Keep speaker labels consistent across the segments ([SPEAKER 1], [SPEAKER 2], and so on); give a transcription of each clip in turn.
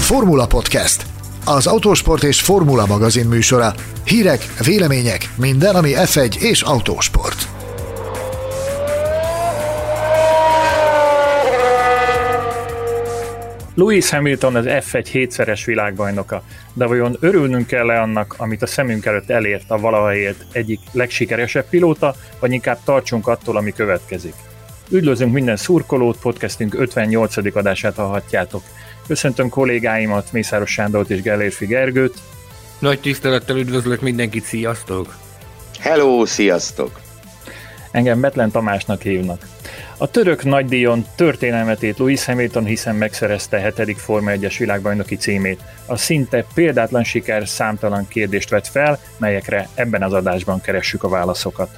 [SPEAKER 1] Formula Podcast, az autósport és formula magazin műsora. Hírek, vélemények, minden, ami F1 és autósport.
[SPEAKER 2] Lewis Hamilton az F1 hétszeres világbajnoka, de vajon örülnünk kell-e annak, amit a szemünk előtt elért a valaha élt egyik legsikeresebb pilóta, vagy inkább tartsunk attól, ami következik? Üdvözlünk minden szurkolót, podcastünk 58. adását hallhatjátok. Köszöntöm kollégáimat, Mészáros Sándort és Gellérfi Gergőt.
[SPEAKER 3] Nagy tisztelettel üdvözlök mindenkit, sziasztok!
[SPEAKER 4] Hello, sziasztok!
[SPEAKER 2] Engem Betlen Tamásnak hívnak. A török nagydíjon történelmet ért Lewis Hamilton, hiszen megszerezte 7. Forma 1-es világbajnoki címét. A szinte példátlan siker számtalan kérdést vet fel, melyekre ebben az adásban keressük a válaszokat.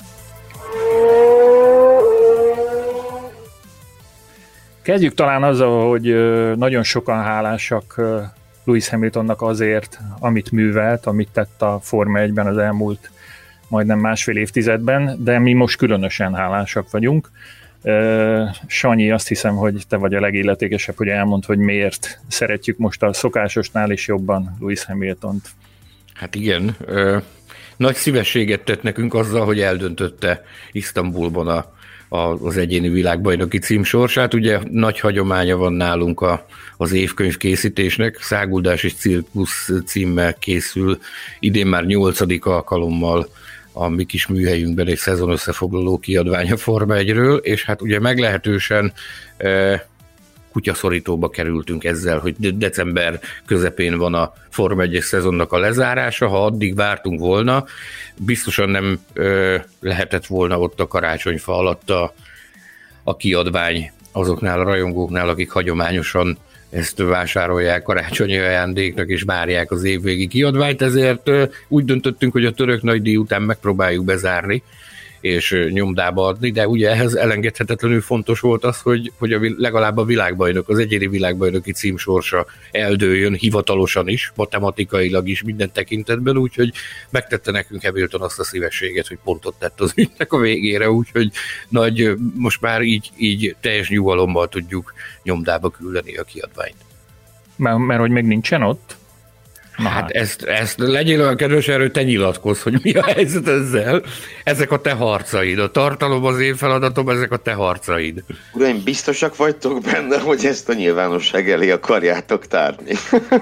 [SPEAKER 2] Kezdjük talán azzal, hogy nagyon sokan hálásak Lewis Hamiltonnak azért, amit művelt, amit tett a Forma 1-ben az elmúlt majdnem másfél évtizedben, de mi most különösen hálásak vagyunk. Sanyi, azt hiszem, hogy te vagy a legilletékesebb, hogy elmondd, hogy miért szeretjük most a szokásosnál is jobban Lewis Hamiltont.
[SPEAKER 3] Hát igen, nagy szívességet tett nekünk azzal, hogy eldöntötte Isztambulban az egyéni világbajnoki cím sorsát. Ugye nagy hagyománya van nálunk az évkönyv készítésnek, Száguldás és Cirkusz címmel készül idén már 8. alkalommal a mi kis műhelyünkben egy szezonösszefoglaló kiadvány a Forma 1-ről, és hát ugye meglehetősen kutyaszorítóba kerültünk ezzel, hogy december közepén van a Forma 1-es szezonnak a lezárása. Ha addig vártunk volna, biztosan nem lehetett volna ott a karácsonyfa alatt a kiadvány azoknál a rajongóknál, akik hagyományosan ezt vásárolják karácsonyi ajándéknak, és várják az évvégi kiadványt, ezért úgy döntöttünk, hogy a török nagydíj után megpróbáljuk bezárni, és nyomdába adni, de ugye ehhez elengedhetetlenül fontos volt az, hogy legalább a világbajnok, az egyéni világbajnoki cím sorsa eldőljön hivatalosan is, matematikailag is, minden tekintetben, úgyhogy megtette nekünk Hamilton azt a szívességet, hogy pontot tett az ügynek a végére, úgyhogy most már így teljes nyugalommal tudjuk nyomdába küldeni a kiadványt.
[SPEAKER 2] Mert hogy még nincsen ott?
[SPEAKER 3] Na hát ezt legyél olyan kedves, erről te nyilatkozz, hogy mi a helyzet ezzel. Ezek a te harcaid. A tartalom az én feladatom, ezek a te harcaid.
[SPEAKER 4] Uraim, biztosak vagytok benne, hogy ezt a nyilvánosság elé akarjátok tárni?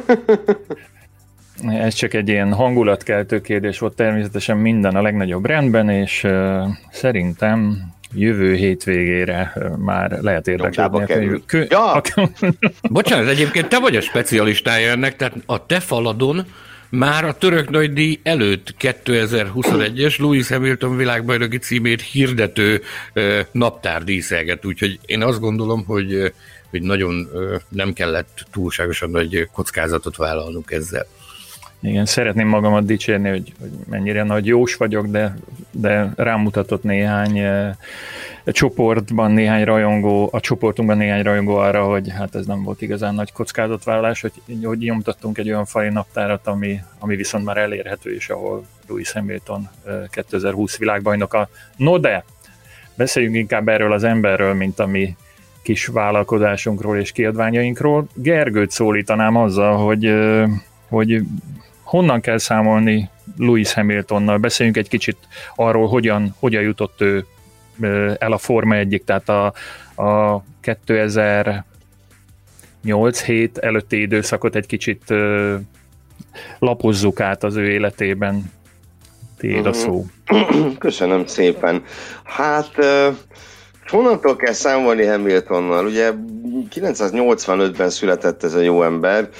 [SPEAKER 2] Ez csak egy ilyen hangulatkeltő kérdés volt, természetesen minden a legnagyobb rendben, és szerintem jövő hétvégére már lehet érdeklődni.
[SPEAKER 3] Bocsánat, egyébként te vagy a specialistája ennek, tehát a te faladon már a török nagydíj előtt 2021-es Lewis Hamilton világbajnoki címét hirdető naptár díszelget, úgyhogy én azt gondolom, hogy nagyon nem kellett túlságosan nagy kockázatot vállalnunk ezzel.
[SPEAKER 2] Igen, szeretném magamat dicsérni, hogy mennyire nagy jós vagyok, de rámutatott néhány csoportunkban néhány rajongó arra, hogy hát ez nem volt igazán nagy kockázatvállalás, hogy nyomtattunk egy olyan fali naptárat, ami viszont már elérhető, és ahol Lewis Hamilton 2020 világbajnoka. No de, beszéljünk inkább erről az emberről, mint a mi kis vállalkozásunkról és kiadványainkról. Gergőt szólítanám azzal, hogy honnan kell számolni Lewis Hamiltonnal. Beszéljünk egy kicsit arról, hogyan jutott ő el a Forma 1-ig, tehát a 2008-7 előtti időszakot egy kicsit lapozzuk át az ő életében. Tiéd a szó.
[SPEAKER 4] Köszönöm szépen. Hát honnantól kell számolni Hamiltonnal? Ugye 1985-ben született ez a jó ember,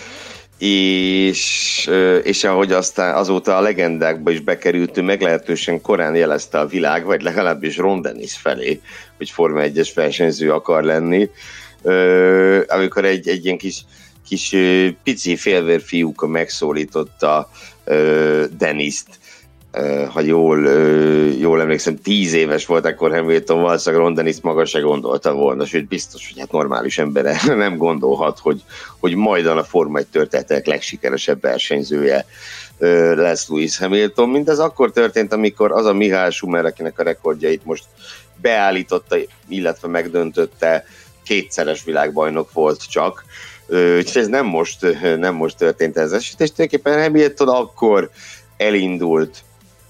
[SPEAKER 4] és ahogy aztán azóta a legendákba is bekerült, ő meglehetősen korán jelezte a világ, vagy legalábbis Ron Dennis felé, hogy Forma 1-es versenyző akar lenni. Amikor egy ilyen kis pici félvér fiúka megszólította Dennist, ha jól emlékszem, 10 éves volt akkor Hamilton, valószínűleg Ron Dennis maga se gondolta volna, sőt biztos, hogy hát normális ember nem gondolhat, hogy majdan a Forma 1 történetek legsikeresebb versenyzője lesz Lewis Hamilton. Mindez akkor történt, amikor az a Michael Schumacher, akinek a rekordjait most beállította, illetve megdöntötte kétszeres világbajnok volt csak. Úgyhogy ez nem most történt ez eset, és tulajdonképpen Hamilton akkor elindult.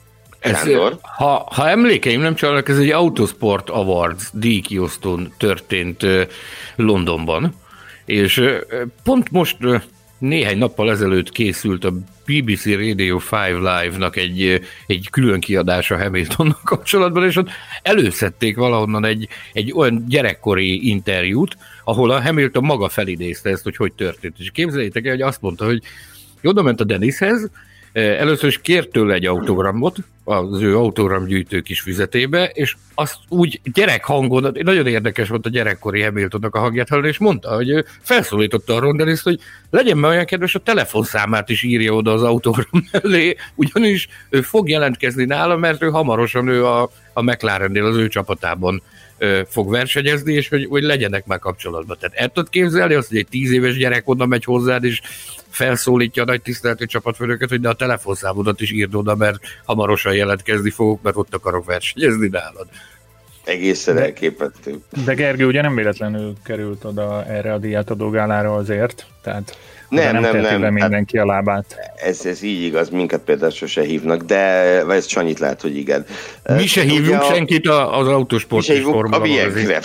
[SPEAKER 3] Ha emlékeim nem csalnak, ez egy Autosport Awards díjkiosztón történt Londonban, és pont most néhány nappal ezelőtt készült a BBC Radio 5 Live-nak egy külön kiadása Hamiltonnal kapcsolatban, és ott előszedték valahonnan egy olyan gyerekkori interjút, ahol a Hamilton maga felidézte ezt, hogy történt. És képzeljétek el, hogy azt mondta, hogy oda ment a Dennishez, először is kért tőle egy autogramot az ő autogramgyűjtő kis füzetébe, és azt úgy gyerekhangon, nagyon érdekes volt a gyerekkori Hamiltonnak a hangját hallani, és mondta, hogy ő felszólította a Ron Dennis, hogy legyen már olyan kedves, a telefonszámát is írja oda az autogram mellé, ugyanis ő fog jelentkezni nála, mert ő hamarosan a McLarennél az ő csapatában fog versenyezni, és hogy legyenek már kapcsolatban. Tehát el tudod képzelni azt, hogy egy 10 éves gyerek oda megy hozzád, és felszólítja a nagy tiszteletű csapatfőnöket, hogy de a telefonszámodat is írd oda, mert hamarosan jelentkezni fogok, mert ott akarok versenyezni nálad.
[SPEAKER 4] Egészen elképesztő.
[SPEAKER 2] De Gergő ugye nem véletlenül került oda erre a díjátadó gálára azért, tehát
[SPEAKER 4] nem.
[SPEAKER 2] mindenki a lábát.
[SPEAKER 4] Ez így igaz, minket például sose hívnak, de ez Sanyit lehet, hogy igen.
[SPEAKER 3] Mi se hívjuk senkit az Autosport és Formula
[SPEAKER 4] magazin.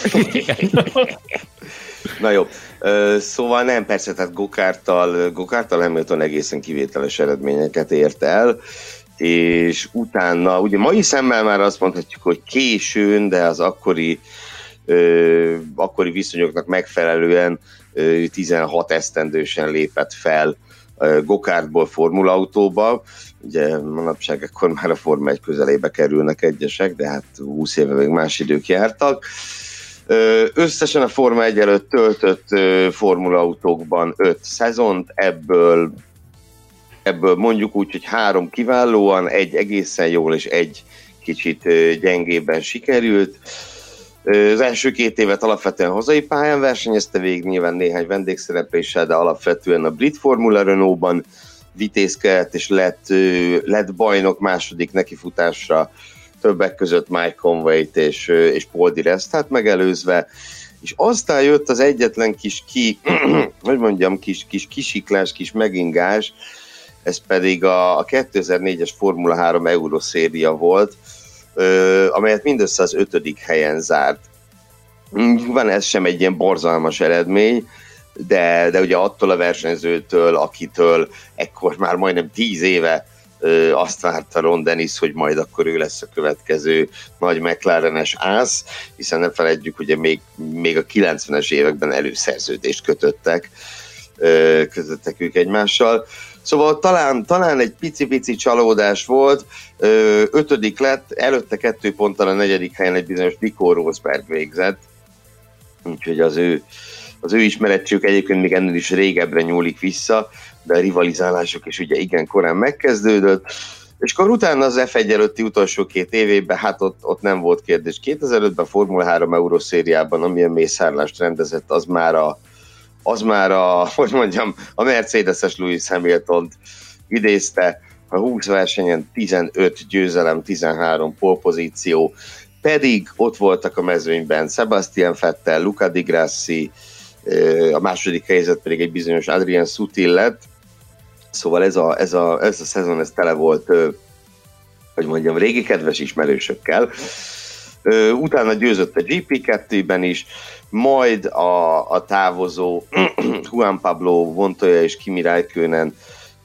[SPEAKER 4] Na jó, szóval nem, persze, tehát go-karttal Hamilton egészen kivételes eredményeket ért el, és utána, ugye mai szemmel már azt mondhatjuk, hogy későn, de az akkori viszonyoknak megfelelően 16 esztendősen lépett fel go-kartból formulautóba. Ugye manapság akkor már a Forma 1 közelébe kerülnek egyesek, de hát 20 éve még más idők jártak. Összesen a Forma 1 előtt töltött formulautókban 5 szezont, ebből mondjuk úgy, hogy 3 kiválóan, 1 egészen jól és 1 kicsit gyengébben sikerült. Az első 2 évet alapvetően hazai pályán versenyezte végig, nyilván néhány vendégszerepléssel, de alapvetően a brit Formula Renault-ban vitézkedett, és lett bajnok második nekifutásra, többek között Mike Conway-t és Paul di Restát megelőzve, és aztán jött az egyetlen kis kisiklás, kis megingás, ez pedig a 2004-es Formula 3 Euroszéria volt, amelyet mindössze az 5. helyen zárt. Van ez sem egy ilyen borzalmas eredmény, de ugye attól a versenyzőtől, akitől ekkor már majdnem 10 éve azt várta Ron Dennis, hogy majd akkor ő lesz a következő nagy McLaren-es ász, hiszen ne feledjük, ugye még a 90-es években előszerződést kötöttek ők egymással. Szóval talán egy pici csalódás volt, 5. lett, előtte 2 ponttal a 4. helyen egy bizonyos Nico Rosberg végzett, úgyhogy az ő ismerettség egyébként még ennél is régebbre nyúlik vissza, de a rivalizálások is ugye igen korán megkezdődött, és akkor utána az F1 előtti utolsó 2 évében, hát ott nem volt kérdés. 2005-ben Formula 3 Euroszériában, amilyen mészárlást rendezett, az már a Mercedes-es Lewis Hamiltont idézte, a 20 versenyen 15 győzelem, 13 pole-pozíció, pedig ott voltak a mezőnyben Sebastian Vettel, Luca Di Grassi, a második helyzet pedig egy bizonyos Adrian Sutil lett, szóval ez a szezon ez tele volt, régi kedves ismerősökkel. Utána győzött a GP2-ben is, majd a távozó Juan Pablo Montoya és Kimi Räikkönen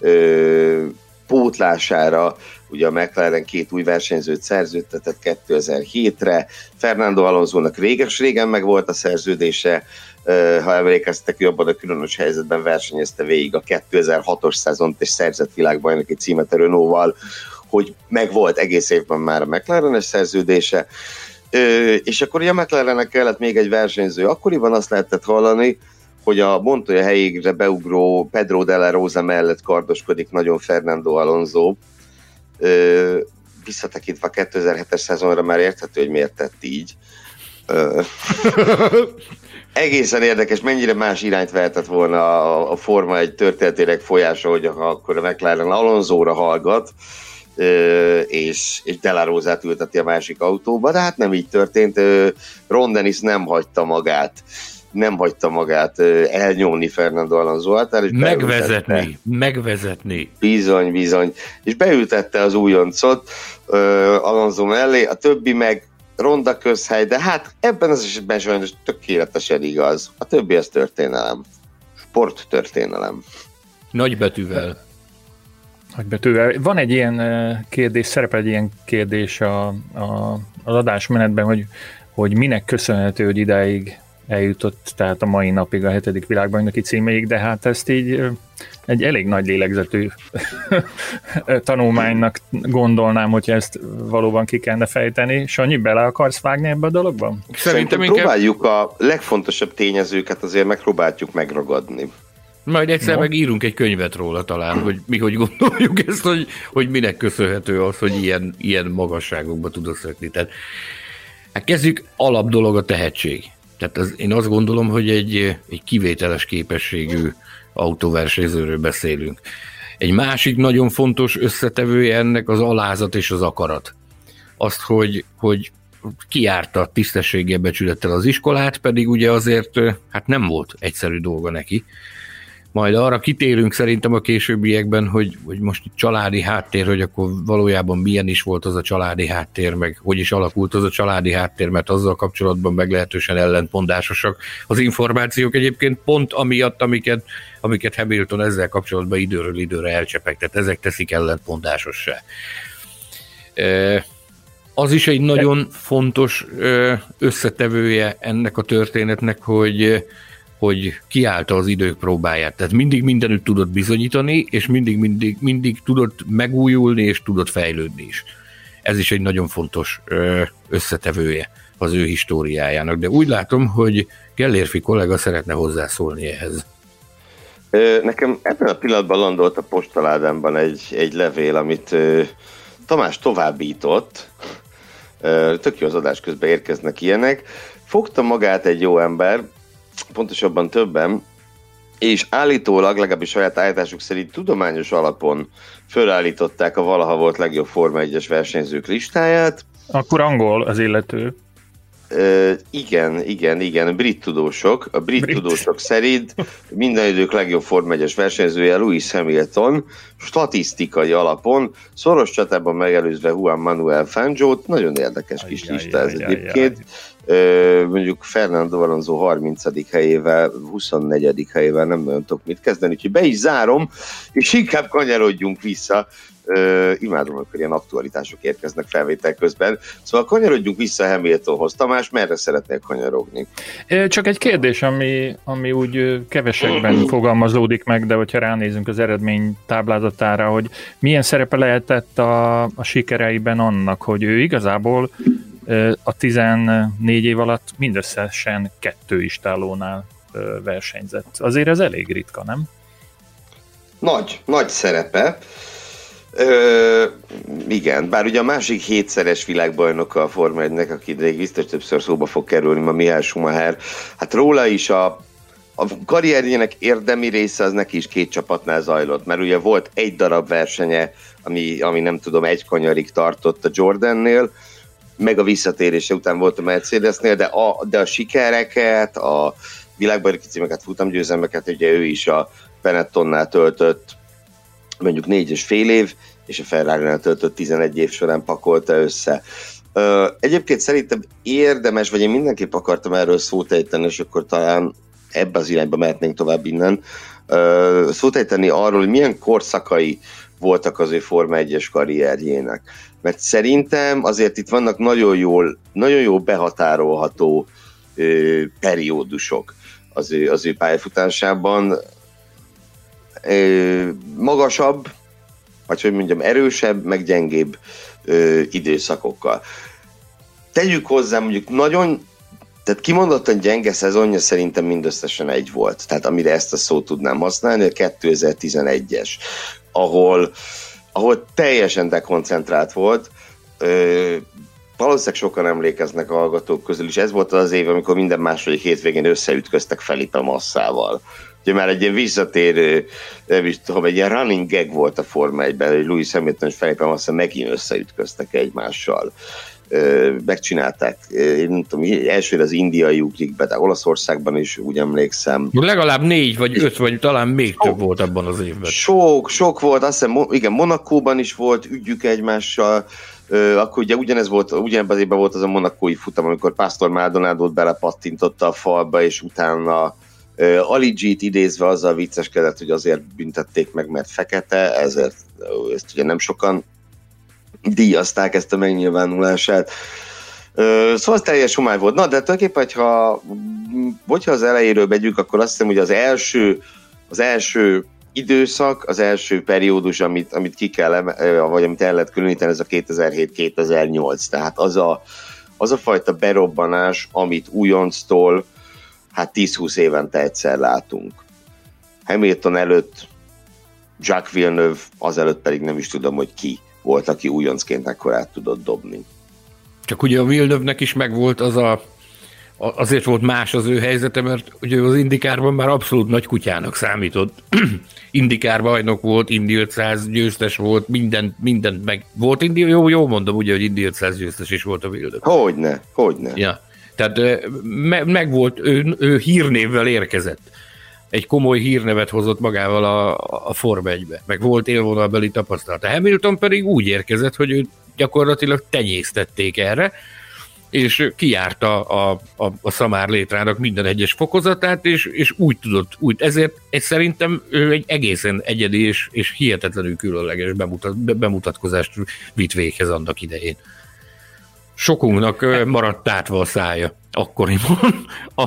[SPEAKER 4] pótlására ugye a McLaren 2 új versenyzőt szerződtetett 2007-re, Fernando Alonsónak régen meg volt a szerződése, ha emlékeztek, ő abban a különös helyzetben versenyezte végig a 2006-os szezont, és szerzett világbajnoki címet a Renault-val, hogy meg volt egész évben már a McLaren-es szerződése, és akkor ugye a McLarennek kellett még egy versenyző. Akkoriban azt lehetett hallani, hogy a Montoya helyére beugró Pedro de la Rosa mellett kardoskodik nagyon Fernando Alonso. Visszatekintve a 2007-es szezonra már érthető, hogy miért tett így. Egészen érdekes, mennyire más irányt vehetett volna a Forma egy történetének folyása, hogy akkor a McLaren Alonsóra hallgat, és De La Rosát ülteti a másik autóba, de hát nem így történt. Ron Dennis nem hagyta magát. nem hagyta magát elnyomni Fernando Alonso által, és
[SPEAKER 3] megvezetni.
[SPEAKER 4] Bizony. És beültette az újoncot Alonso mellé, a többi meg ronda közhely, de hát ebben az esetben sajnos tökéletesen igaz. A többi az történelem. Sporttörténelem.
[SPEAKER 3] Nagybetűvel.
[SPEAKER 2] Van egy ilyen kérdés, szerepel egy ilyen kérdés az adásmenetben, hogy minek köszönhető, hogy idáig eljutott, tehát a mai napig a 7. világbajnoki címéig, de hát ezt így egy elég nagy lélegzetű tanulmánynak gondolnám, hogyha ezt valóban ki kellene fejteni. Sanyi, bele akarsz vágni ebbe a dologban?
[SPEAKER 4] Szerintem próbáljuk a legfontosabb tényezőket azért megpróbáljuk megragadni.
[SPEAKER 3] Majd egyszer megírunk egy könyvet róla talán, hogy mi hogy gondoljuk ezt, hogy minek köszönhető az, hogy ilyen magasságokba tudod szökni. Tehát, hát kezdjük, alap dolog a tehetség. Tehát én azt gondolom, hogy egy kivételes képességű autóversenyzőről beszélünk. Egy másik nagyon fontos összetevője ennek az alázat és az akarat. Azt, hogy kijárta tisztességgel, becsülettel az iskolát, pedig ugye azért hát nem volt egyszerű dolga neki. Majd arra kitérünk szerintem a későbbiekben, hogy most családi háttér, hogy akkor valójában milyen is volt az a családi háttér, meg hogy is alakult az a családi háttér, mert azzal kapcsolatban meglehetősen ellentmondásosak az információk egyébként pont amiatt, amiket Hamilton ezzel kapcsolatban időről időre elcsepegtet, ezek teszik ellentmondásossá. Az is egy nagyon fontos összetevője ennek a történetnek, hogy kiállta az idők próbáját. Tehát mindig mindenütt tudott bizonyítani, és mindig tudott megújulni, és tudott fejlődni is. Ez is egy nagyon fontos összetevője az ő históriájának. De úgy látom, hogy Gellérfi kollega szeretne hozzászólni ehhez.
[SPEAKER 4] Nekem ebben a pillanatban landolt a postaládámban egy levél, amit Tamás továbbított. Tök jó, az adás közben érkeznek ilyenek. Fogta magát egy jó ember, pontosabban többen, és állítólag, legalábbis saját állításuk szerint tudományos alapon fölállították a valaha volt legjobb Forma 1-es versenyzők listáját.
[SPEAKER 2] Akkor angol az illető.
[SPEAKER 4] Igen, brit tudósok. A brit tudósok szerint minden idők legjobb Forma 1-es versenyzője Lewis Hamilton statisztikai alapon, szoros csatában megelőzve Juan Manuel Fangio-t. Nagyon érdekes kis lista ez egyébként. Mondjuk Fernando Alonso 30. helyével, 24. helyével nem nagyon tudok mit kezdeni, úgyhogy be is zárom, és inkább kanyarodjunk vissza. Imádom, amikor ilyen aktualitások érkeznek felvétel közben. Szóval kanyarodjunk vissza Hamiltonhoz. Tamás, merre szeretnél kanyarogni?
[SPEAKER 2] Csak egy kérdés, ami úgy kevesekben fogalmazódik meg, de hogyha ránézünk az eredmény táblázatára, hogy milyen szerepe lehetett a sikereiben annak, hogy ő igazából a 14 év alatt mindösszesen 2 istálónál versenyzett. Azért ez elég ritka, nem?
[SPEAKER 4] Nagy szerepe. Igen, bár ugye a másik 7-szeres világbajnoka a Forma 1-nek, aki még biztos többször szóba fog kerülni, ma Michael Schumacher, hát róla is a karrierjének érdemi része az neki is 2 csapatnál zajlott, mert ugye volt egy darab versenye, ami nem tudom, 1 kanyarig tartott a Jordannél, meg a visszatérése után volt a Mercedesnél, de a sikereket, a világbajnoki címeket, futamgyőzelmeket, ugye ő is a Benettonnál töltött mondjuk 4,5 év, és a Ferrari-nál töltött 11 év során pakolta össze. Egyébként szerintem érdemes, vagy én mindenképp akartam erről szót ejteni, és akkor talán ebbe az irányba mehetnénk tovább innen, szót ejteni arról, hogy milyen korszakai voltak az ő Forma 1-es karrierjének. Mert szerintem azért itt vannak nagyon jól behatárolható periódusok az ő pályafutásában. Magasabb, vagy hogy mondjam, erősebb, meg gyengébb időszakokkal. Tegyük hozzá mondjuk tehát kimondottan gyenge szezonja szerintem mindösszesen egy volt, tehát amire ezt a szót tudnám használni, a 2011-es, ahol teljesen dekoncentrált volt. Valószínűleg sokan emlékeznek a hallgatók közül is, ez volt az év, amikor minden második hétvégén összeütköztek Felipe Massával. Ugye már egy ilyen visszatérő, nem is tudom, egy ilyen running gag volt a Forma 1-ben, hogy Lewis Hamilton és Felipe Massa megint összeütköztek egymással. megcsinálták. Én nem tudom, elsőre az indiai ugrik be, de Olaszországban is úgy emlékszem.
[SPEAKER 3] Legalább 4 vagy 5, vagy talán még több volt abban az évben.
[SPEAKER 4] Sok volt, azt hiszem, igen, Monacóban is volt ügyük egymással, akkor ugye ugyanebben az évben volt az a monacói futam, amikor Pastor Maldonadót belepattintotta a falba, és utána Aligit idézve azzal vicceskedett, hogy azért büntették meg, mert fekete, ezért ezt ugye nem sokan díjazták ezt a megnyilvánulását. Szóval az teljes homály volt. Na, de tulajdonképpen, hogyha az elejéről megyünk, akkor azt hiszem, hogy az első időszak, az első periódus, amit ki kell, vagy amit el lehet különíteni, ez a 2007-2008. Tehát az a fajta berobbanás, amit újonctól 10-20 évente egyszer látunk. Hamilton előtt, Jacques Villeneuve, azelőtt pedig nem is tudom, hogy ki volt, aki újoncként ekkorát tudott dobni.
[SPEAKER 3] Csak ugye a Villeneuve-nek is megvolt azért volt más az ő helyzete, mert ugye az IndyCarban már abszolút nagy kutyának számított. IndyCar bajnok volt, Indy 500 győztes volt, mindent meg volt. Jó mondom ugye, hogy Indy 500 győztes is volt a Villeneuve.
[SPEAKER 4] Hogyne.
[SPEAKER 3] Ja. Tehát megvolt, ő hírnévvel érkezett. Egy komoly hírnevet hozott magával a Forma 1-be. Meg volt élvonalbeli tapasztalata. Hamilton pedig úgy érkezett, hogy őt gyakorlatilag tenyésztették erre, és kijárta a szamár létrának minden egyes fokozatát, és úgy tudott, ezért szerintem ő egy egészen egyedi és hihetetlenül különleges bemutatkozást vitt véghez annak idején. Sokunknak maradt tátva a szája akkoriban,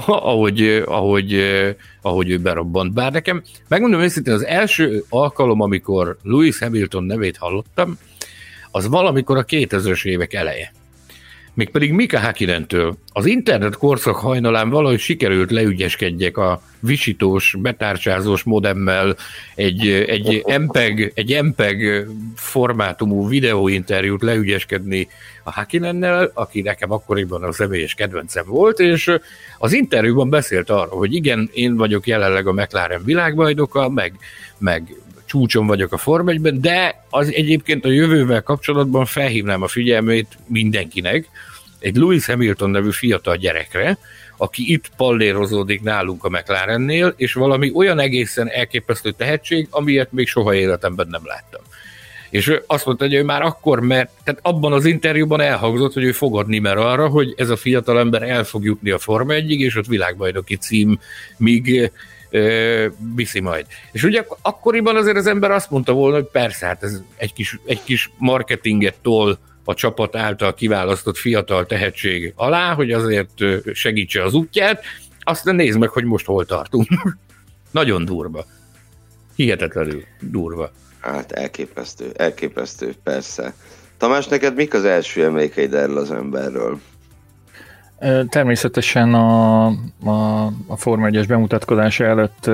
[SPEAKER 3] ahogy ő berobbant. Bár nekem, megmondom őszintén, az első alkalom, amikor Lewis Hamilton nevét hallottam, az valamikor a 2000-es évek eleje. Mégpedig Mika Häkkinentől. Az internet korszak hajnalán valahogy sikerült leügyeskedjek a visítós, betárcsázós modemmel egy MPEG formátumú videóinterjút leügyeskedni a Häkkinennel, aki nekem akkoriban a személyes kedvencem volt, és az interjúban beszélt arról, hogy igen, én vagyok jelenleg a McLaren világbajnoka, meg csúcson vagyok a Forma 1-ben, de az egyébként a jövővel kapcsolatban felhívnám a figyelmét mindenkinek, egy Lewis Hamilton nevű fiatal gyerekre, aki itt pallérozódik nálunk a McLarennél, és valami olyan egészen elképesztő tehetség, amilyet még soha életemben nem láttam. És azt mondta, hogy ő már akkor, tehát abban az interjúban elhangzott, hogy ő fogadni mer arra, hogy ez a fiatal ember el fog jutni a Forma 1-ig, és ott világbajnoki cím míg viszi majd. És ugye akkoriban azért az ember azt mondta volna, hogy persze, hát ez egy kis marketinget tol a csapat által kiválasztott fiatal tehetség alá, hogy azért segítse az útját, aztán nézd meg, hogy most hol tartunk. Nagyon durva. Hihetetlenül durva.
[SPEAKER 4] Hát elképesztő, persze. Tamás, neked mik az első emlékeid erről az emberről?
[SPEAKER 2] Természetesen a Forma 1-es bemutatkozása előtt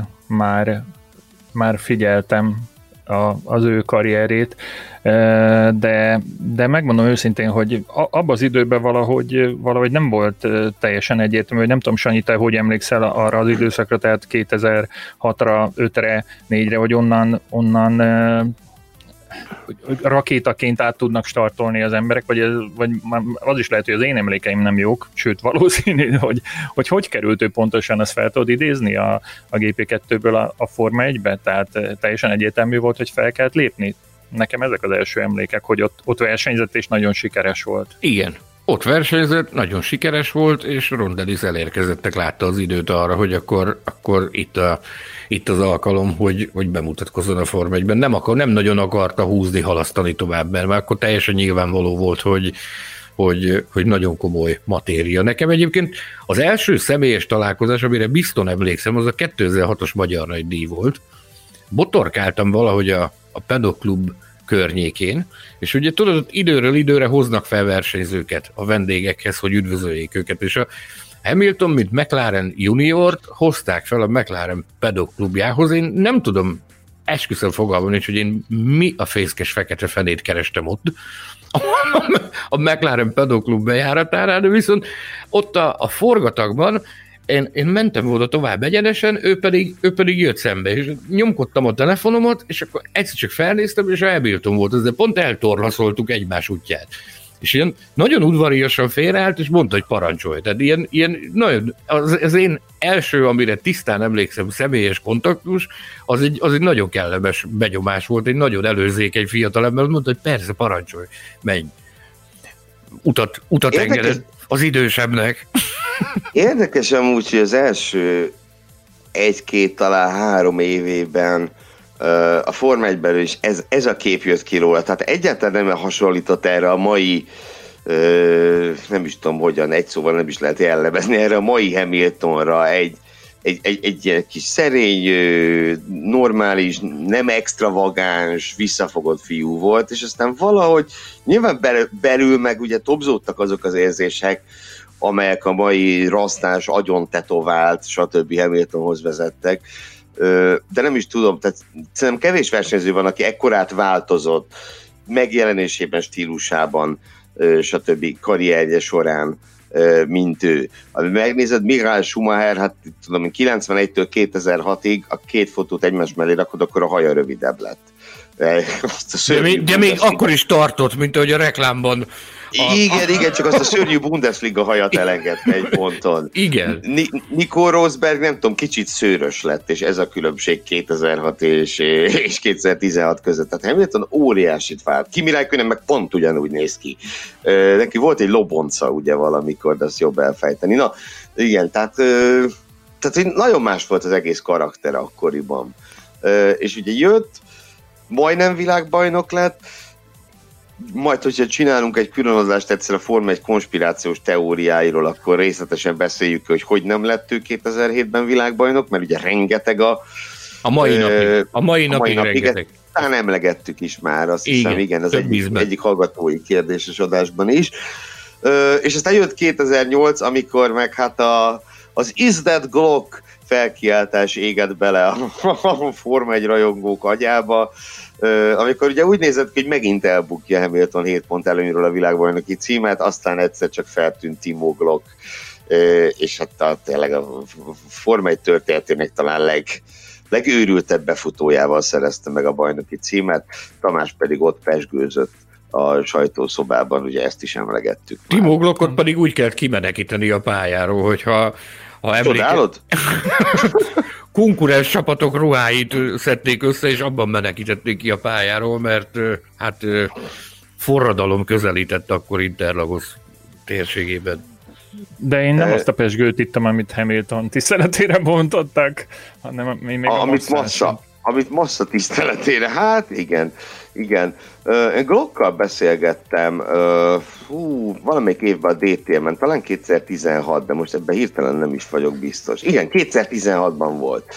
[SPEAKER 2] már figyeltem az ő karrierét, de megmondom őszintén, hogy abban az időben valahogy nem volt teljesen egyértelmű, hogy nem tudom, Sanyi, te hogy emlékszel arra az időszakra, tehát 2006-ra, 5-re, 4-re, hogy onnan rakétaként át tudnak startolni az emberek, vagy az is lehet, hogy az én emlékeim nem jók, sőt valószínű, hogy került ő pontosan, ezt fel tudod idézni a GP2-ből a Forma 1-be, tehát teljesen egyértelmű volt, hogy fel kellett lépni. Nekem ezek az első emlékek, hogy ott versenyzett és nagyon sikeres volt.
[SPEAKER 3] Igen. Ott versenyzett, nagyon sikeres volt, és Ron Dennis elérkezettek, látta az időt arra, hogy akkor itt az alkalom, hogy bemutatkozzon a Forma 1-ben. Nem nagyon akarta húzni, halasztani tovább, mert már akkor teljesen nyilvánvaló volt, hogy nagyon komoly matéria. Nekem egyébként az első személyes találkozás, amire bizton emlékszem, az a 2006-os Magyar Nagydíj volt. Botorkáltam valahogy a Paddock Club környékén, és ugye tudod, időről időre hoznak fel versenyzőket a vendégekhez, hogy üdvözöljék őket, és a Hamilton, mint McLaren juniort hozták fel a McLaren Paddock klubjához. Én nem tudom, esküszöm fogalmam nincs, hogy én mi a fészkes fekete fenét kerestem ott a McLaren Paddock klub bejáratánál, de viszont ott a forgatagban én mentem volna tovább egyenesen, ő pedig jött szembe, és nyomkodtam a telefonomat, és akkor egyszer csak felnéztem, és a Hamilton volt, de pont eltorlaszoltuk egymás útját. És ilyen nagyon udvariasan félreállt, és mondta, hogy parancsolj. Tehát ilyen nagyon, az én első, amire tisztán emlékszem, személyes kontaktus, az egy nagyon kellemes benyomás volt, egy nagyon előzékeny fiatalember, mondta, hogy persze, parancsolj, menj. Utat engedett az idősebbnek.
[SPEAKER 4] Érdekes amúgy, hogy az első 1-2, talán 3 évében a Forma 1-ben is ez a kép jött ki róla. Tehát egyáltalán nem hasonlított erre a mai, nem is tudom hogyan, egy szóval nem is lehet jellemezni, erre a mai Hamiltonra egy ilyen kis szerény, normális, nem extravagáns, visszafogott fiú volt, és aztán valahogy nyilván belül meg ugye tobzódtak azok az érzések, amelyek a mai rasztás, agyon tetovált, stb. Hamiltonhoz vezettek. De nem is tudom, tehát szerintem kevés versenyző van, aki ekkorát változott megjelenésében, stílusában, stb. Karrierje során, mint ő. Ami megnézed, Michael Schumacher, hát tudom, 91-től 2006-ig a 2 fotót egymás mellé rakod, akkor a haja rövidebb lett.
[SPEAKER 3] De még akkor is tartott, mint ahogy a reklámban.
[SPEAKER 4] Igen, csak azt a szörnyű Bundesliga hajat elengedte egy ponton.
[SPEAKER 3] Igen.
[SPEAKER 4] Nico Rosberg, nem tudom, kicsit szőrös lett, és ez a különbség 2006 és 2016 között. Tehát Hamilton óriásit vált. Kimi Räikkönen meg pont ugyanúgy néz ki. Neki volt egy lobonca, ugye valamikor, de azt jobb elfejteni. Na, igen, tehát nagyon más volt az egész karakter akkoriban. És ugye jött, majdnem világbajnok lett, majd, hogyha csinálunk egy különadást egyszer a Forma 1 konspirációs teóriáiról, akkor részletesen beszéljük, hogy nem lett ő 2007-ben világbajnok, mert ugye rengeteg a mai napig rengeteg. Talán emlegettük is már, azt hiszem, igen, az egyik hallgatói kérdéses adásban is. És aztán jött 2008, amikor meg hát az Is That Glock felkiáltás égett bele a Forma 1 rajongók agyába, amikor ugye úgy nézett ki, hogy megint elbukja Hamilton 7 pont előnyről a világbajnoki címet, aztán egyszer csak feltűnt Timo Glock, és hát tényleg a Forma 1 történetének talán legőrültebb befutójával szerezte meg a bajnoki címet, Tamás pedig ott pezsgőzött a sajtószobában, ugye ezt is emlegettük.
[SPEAKER 3] Timo Glockot pedig úgy kellett kimenekíteni a pályáról, hogyha
[SPEAKER 4] Csodálod?
[SPEAKER 3] Konkurens csapatok ruháit szedték össze, és abban menekítették ki a pályáról, mert hát forradalom közelített akkor Interlagos térségében.
[SPEAKER 2] De én nem azt a pezsgőt ittam, amit Hamilton tiszteletére bontották, hanem még
[SPEAKER 4] amit Massa tiszteletére, hát igen. Én Glockkal beszélgettem, valamelyik évben a DTM-en, talán 2016, de most ebben hirtelen nem is vagyok biztos. Igen, 2016-ban volt.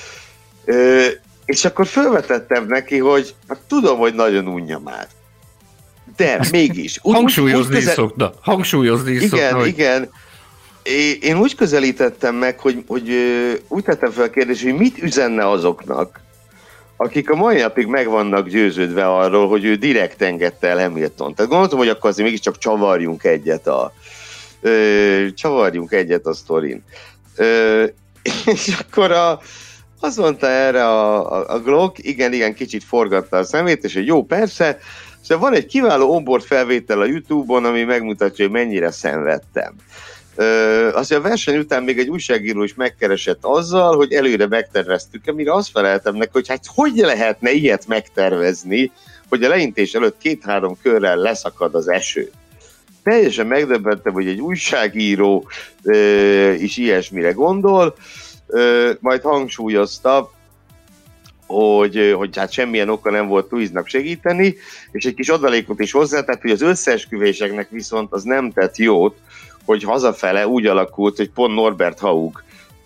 [SPEAKER 4] És akkor felvetettem neki, hogy hát tudom, hogy nagyon unja már. De mégis.
[SPEAKER 3] Hangsúlyozni szokta.
[SPEAKER 4] Igen. Én úgy közelítettem meg, hogy úgy tettem fel a kérdést, hogy mit üzenne azoknak, akik a mai napig meg vannak győződve arról, hogy ő direkt engedte el Hamilton. Tehát gondoltam, hogy akkor azért mégiscsak csavarjunk egyet a sztorin. És akkor azt mondta erre a Glock, igen, kicsit forgatta a szemét, és hogy jó, persze, szóval van egy kiváló onboard felvétel a YouTube-on, ami megmutatja, hogy mennyire szenvedtem. Azért a verseny után még egy újságíró is megkeresett azzal, hogy előre megterveztük, mire azt feleltem neki, hogy hát hogy lehetne ilyet megtervezni, hogy a leintés előtt 2-3 körrel leszakad az eső. Teljesen megdöbbentem, hogy egy újságíró is ilyesmire gondol, majd hangsúlyozta, hogy hát semmilyen oka nem volt Luisnak segíteni, és egy kis adalékot is hozzátett, hogy az összeesküvéseknek viszont az nem tett jót, hogy hazafele úgy alakult, hogy pont Norbert Haug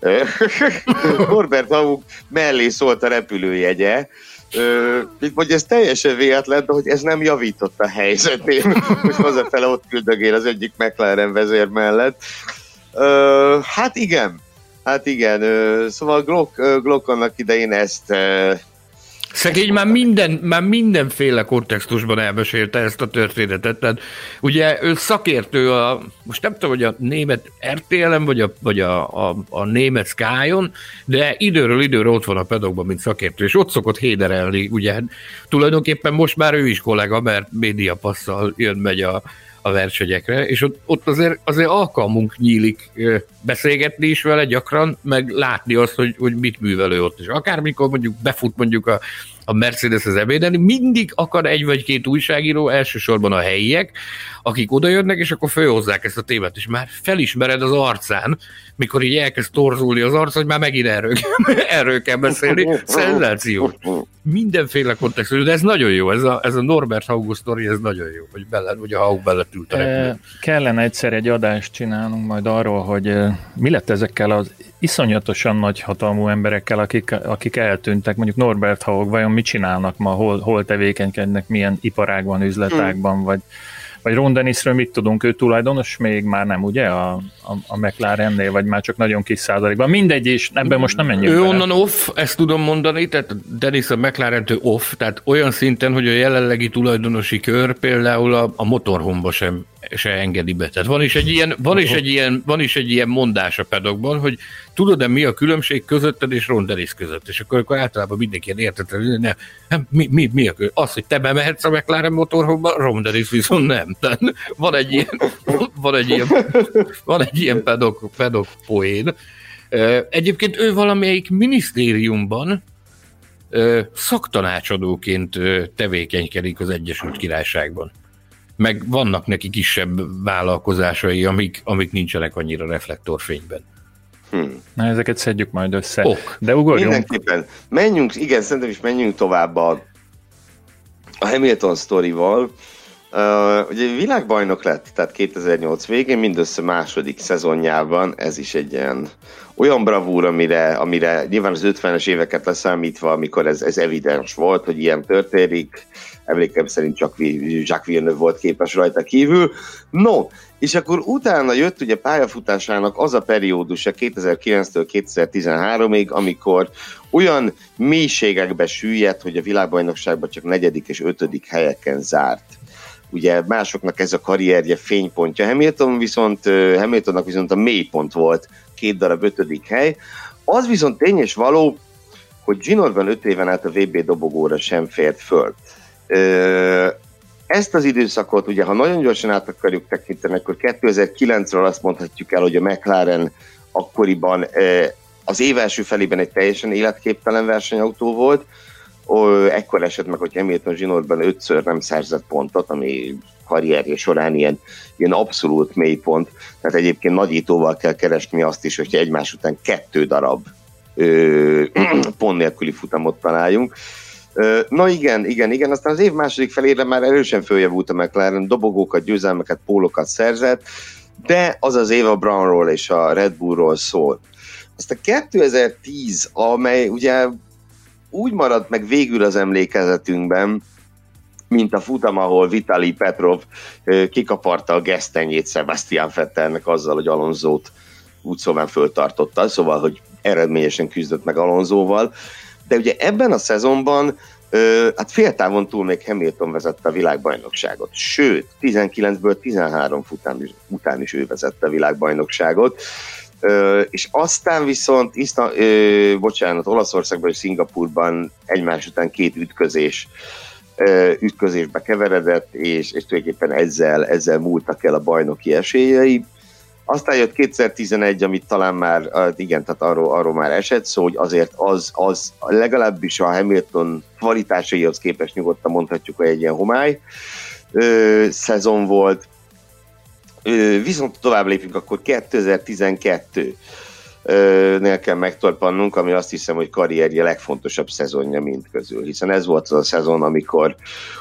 [SPEAKER 4] mellé szólt a repülőjegye, hogy ez teljesen véletlen, de hogy ez nem javított a helyzetén, hogy hazafele ott küldögél az egyik McLaren vezér mellett. Hát igen, szóval Glock annak idején ezt...
[SPEAKER 3] Szegény már mindenféle kontextusban elmesélte ezt a történetet. Tehát ugye ő szakértő most nem tudom, hogy a német RTL-en, vagy a német Sky-on, de időről időre ott van a pedokban, mint szakértő, és ott szokott héderelni. Ugye tulajdonképpen most már ő is kollega, mert médiapasszal jön-megy a a versenyekre, és ott azért alkalmunk nyílik beszélgetni is vele gyakran, meg látni azt, hogy mit művel ő ott is. Akármikor mondjuk befut mondjuk a Mercedes-hez ebédelni, mindig akad egy vagy két újságíró, elsősorban a helyiek, akik odajönnek, és akkor fölhozzák ezt a témát, és már felismered az arcán, mikor így elkezd torzulni az arc, hogy már megint erről kell beszélni. Szenzáció. Mindenféle kontextus, de ez nagyon jó, ez a Norbert Haugo sztori, ez nagyon jó, hogy a Haug mellett ült a repülő.
[SPEAKER 2] Kellene egyszer egy adást csinálnunk majd arról, hogy mi lett ezekkel az iszonyatosan nagy hatalmú emberekkel, akik eltűntek, mondjuk Norbert Haug, vajon mit csinálnak ma, hol tevékenykednek, milyen iparágban, üzletágban, vagy Ron Dennisről mit tudunk, ő tulajdonos még már nem, ugye, a McLarennél, vagy már csak nagyon kis százalékban. Mindegy, és ebben most nem menjünk
[SPEAKER 3] Ő
[SPEAKER 2] bele.
[SPEAKER 3] onnan off, ezt tudom mondani, tehát Dennis a McLarentől off, tehát olyan szinten, hogy a jelenlegi tulajdonosi kör például a motorhomba se engedi be. Tehát van is egy ilyen mondás a paddockban, hogy tudod-e mi a különbség közötted és Ron Dennis között? És akkor általában mindenki ilyen értetlen, mi a különbség? Az, hogy te bemehetsz a McLaren motorhomba, Ron Dennis viszont nem. Tehát van egy ilyen paddock poén. Egyébként ő valamelyik minisztériumban szaktanácsadóként tevékenykedik az Egyesült Királyságban. Meg vannak neki kisebb vállalkozásai, amik nincsenek annyira reflektorfényben.
[SPEAKER 2] Na, ezeket szedjük majd össze. De ugorjunk.
[SPEAKER 4] Mindenképpen. Szerintem is menjünk tovább a Hamilton sztorival. Ugye világbajnok lett, tehát 2008 végén, mindössze második szezonjában, ez is egy olyan bravúr, amire nyilván az 50-es éveket leszámítva, amikor ez evidens volt, hogy ilyen történik, emlékem szerint csak Jacques Villeneuve volt képes rajta kívül. No, és akkor utána jött ugye pályafutásának az a periódusa 2009-től 2013-ig, amikor olyan mélységekbe süllyedt, hogy a világbajnokságban csak 4. és 5. helyeken zárt. Ugye másoknak ez a karrierje fénypontja. Hamiltonnak viszont a mélypont volt, 2 darab 5. hely. Az viszont tény és való, hogy Ginoldban 5 éven át a VB dobogóra sem fért föl. Ezt az időszakot, ugye, ha nagyon gyorsan át akarjuk tekinteni, akkor 2009-ről azt mondhatjuk el, hogy a McLaren akkoriban az év első felében egy teljesen életképtelen versenyautó volt. Ekkor esett meg, hogy Hamilton Ginoldban 5-ször nem szerzett pontot, ami karrierje során ilyen abszolút mélypont. Tehát egyébként nagyítóval kell keresni azt is, hogyha egymás után 2 darab pont nélküli futamot találjunk. Na igen, aztán az év második felére már erősen följavult a McLaren, dobogókat, győzelmeket, pólokat szerzett, de az az év a Brownról és a Red Bullról szól. Aztán 2010, amely ugye úgy maradt meg végül az emlékezetünkben, mint a futam, ahol Vitali Petrov kikaparta a gesztenyét Sebastian Vettelnek azzal, hogy Alonsót úgy szóval föltartotta, szóval, hogy eredményesen küzdött meg Alonsóval. De ugye ebben a szezonban hát féltávon túl még Hamilton vezette a világbajnokságot. Sőt, 19-ből 13 futam után is ő vezette a világbajnokságot. És aztán viszont Olaszországban és Szingapurban egymás után 2 ütközésbe keveredett, és tulajdonképpen ezzel múltak el a bajnoki esélyei. Aztán jött 2011, amit talán már, igen, tehát arról már esett szó, hogy azért az legalábbis a Hamilton kvalitásaihoz képest nyugodtan mondhatjuk, hogy egy ilyen homály szezon volt. Viszont tovább lépünk, akkor 2012-nél kell megtorpannunk, ami azt hiszem, hogy karrierje legfontosabb szezonja mind közül, hiszen ez volt az a szezon, amikor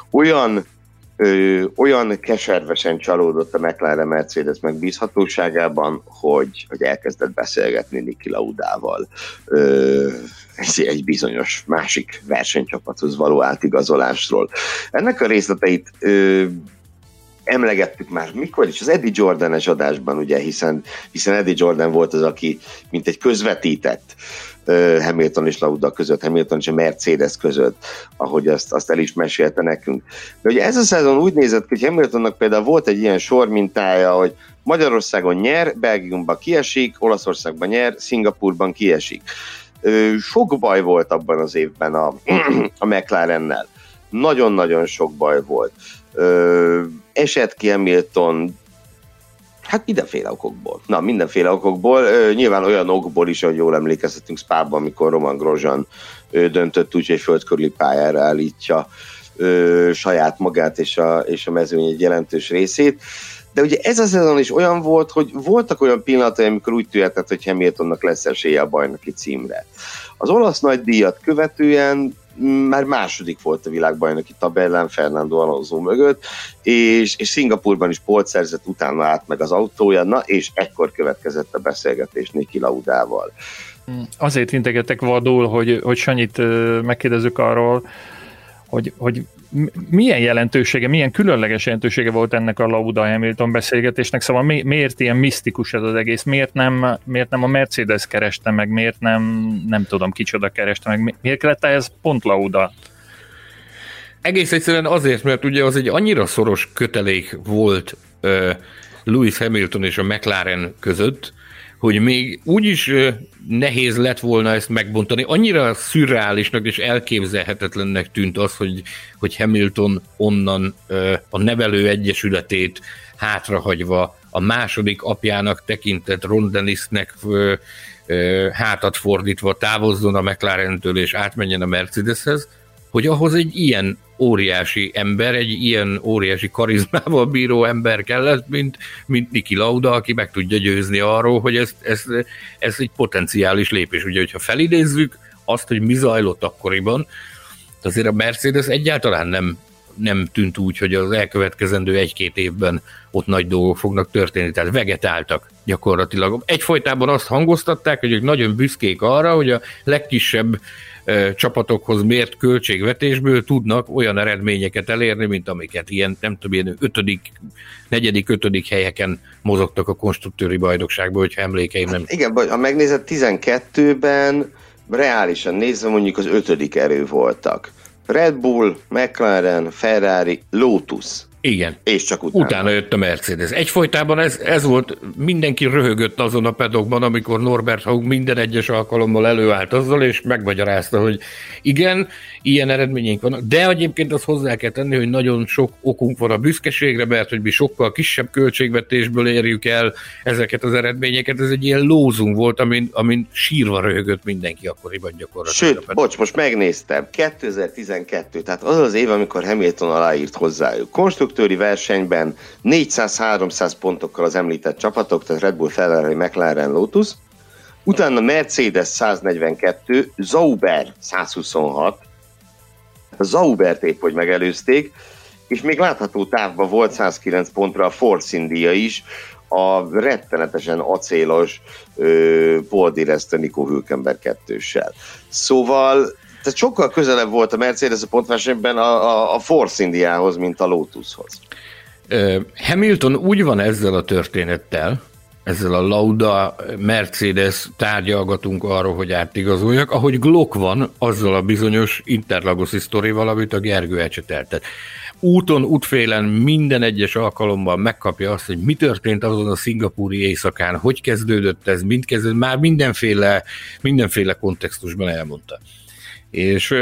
[SPEAKER 4] olyan keservesen csalódott a McLaren Mercedes megbízhatóságában, hogy elkezdett beszélgetni Niki Laudával egy bizonyos másik versenycsapathoz való átigazolásról. Ennek a részleteit emlegettük már mikor is, az Eddie Jordan-es adásban, ugye, hiszen Eddie Jordan volt az, aki mint egy közvetített Hamilton és Lauda között, Hamilton és a Mercedes között, ahogy azt el is mesélte nekünk. De ugye ez a szezon úgy nézett ki, hogy Hamiltonnak például volt egy ilyen sormintája, hogy Magyarországon nyer, Belgiumban kiesik, Olaszországban nyer, Szingapurban kiesik. Sok baj volt abban az évben a McLarennel. Nagyon-nagyon sok baj volt. esett ki Hamilton, hát mindenféle okokból. Nyilván olyan okból is, ahogy jól emlékezhetünk Spában, amikor Romain Grosjean döntött úgy, hogy földkörüli pályára állítja saját magát és a mezőny egy jelentős részét. De ugye ez a szezon is olyan volt, hogy voltak olyan pillanatai, amikor úgy tűnhetett, hogy Hamiltonnak lesz esélye a bajnoki címre. Az olasz nagydíjat követően már második volt a világbajnoki tabellán Fernando Alonso mögött, és Szingapurban is pólt szerzett, utána állt meg az autója, és ekkor következett a beszélgetés Niki Laudával.
[SPEAKER 2] Azért integetek vadul, hogy Sanyit megkérdezzük arról, hogy milyen jelentősége, milyen különleges jelentősége volt ennek a Lauda-Hamilton beszélgetésnek, szóval miért ilyen misztikus ez az egész, miért nem a Mercedes kereste meg, miért nem tudom kicsoda kereste meg, miért kellett ez pont Lauda?
[SPEAKER 3] Egész egyszerűen azért, mert ugye az egy annyira szoros kötelék volt Lewis Hamilton és a McLaren között, hogy még úgyis nehéz lett volna ezt megbontani. Annyira szürreálisnak és elképzelhetetlennek tűnt az, hogy Hamilton onnan a nevelő egyesületét hátrahagyva a második apjának tekintett Ron Dennisnek hátat fordítva távozzon a McLarentől és átmenjen a Mercedeshez, hogy ahhoz egy ilyen óriási ember, egy ilyen óriási karizmával bíró ember kellett, mint Niki Lauda, aki meg tudja győzni arról, hogy ez egy potenciális lépés. Ugye, hogyha felidézzük azt, hogy mi zajlott akkoriban, azért a Mercedes egyáltalán nem tűnt úgy, hogy az elkövetkezendő 1-2 évben ott nagy dolgok fognak történni, tehát vegetáltak gyakorlatilag. Egyfolytában azt hangoztatták, hogy ők nagyon büszkék arra, hogy a legkisebb csapatokhoz mért költségvetésből tudnak olyan eredményeket elérni, mint amiket ilyen, nem tudom, ilyen 4.-5. helyeken mozogtak a konstruktőri bajnokságban, hogyha emlékeim nem.
[SPEAKER 4] Igen, ha megnézed, 12-ben reálisan nézve mondjuk az 5. erő voltak. Red Bull, McLaren, Ferrari, Lotus.
[SPEAKER 3] Igen.
[SPEAKER 4] És csak
[SPEAKER 3] utána jött a Mercedes. Egyfolytában ez volt, mindenki röhögött azon a pedokban, amikor Norbert Haug minden egyes alkalommal előállt azzal, és megmagyarázta, hogy igen, ilyen eredményeink vannak, de egyébként azt hozzá kell tenni, hogy nagyon sok okunk van a büszkeségre, mert hogy mi sokkal kisebb költségvetésből érjük el ezeket az eredményeket. Ez egy ilyen lózunk volt, amin sírva röhögött mindenki akkoriban gyakorlatilag.
[SPEAKER 4] Sőt, most megnéztem, 2012, tehát az az év, amikor Hamilton aláírt hozzájuk. Konstruktőri versenyben 400-300 pontokkal az említett csapatok, tehát Red Bull, Ferrari, McLaren, Lotus, utána Mercedes 142, Sauber 126, a Saubert épp, hogy megelőzték, és még látható távban volt 109 pontra a Force India is, a rettenetesen acélos Paul di Resta, Nico Hülkenberg 2-ssel. Szóval tehát sokkal közelebb volt a Mercedes a pontversenyben a Force Indiához, mint a Lotushoz.
[SPEAKER 3] Hamilton úgy van ezzel a történettel, ezzel a Lauda Mercedes tárgyalgatunk arról, hogy átigazoljak, ahogy Glock van azzal a bizonyos Interlagoszi sztorival, amit a Gergő ecseteltet. Úton, útfélen minden egyes alkalommal megkapja azt, hogy mi történt azon a szingapúri éjszakán, hogy kezdődött ez, már mindenféle kontextusban elmondta. És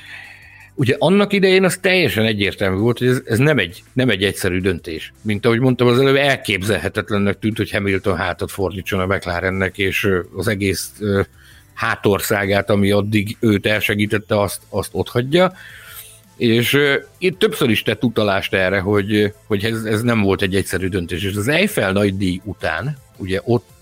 [SPEAKER 3] ugye annak idején az teljesen egyértelmű volt, hogy ez nem egy egyszerű döntés. Mint ahogy mondtam az előbb, elképzelhetetlennek tűnt, hogy Hamilton hátat fordítson a McLarennek, és az egész hátországát, ami addig őt elsegítette, azt otthagyja. És itt többször is tett utalást erre, hogy ez nem volt egy egyszerű döntés. És az Eiffel nagydíj után, ugye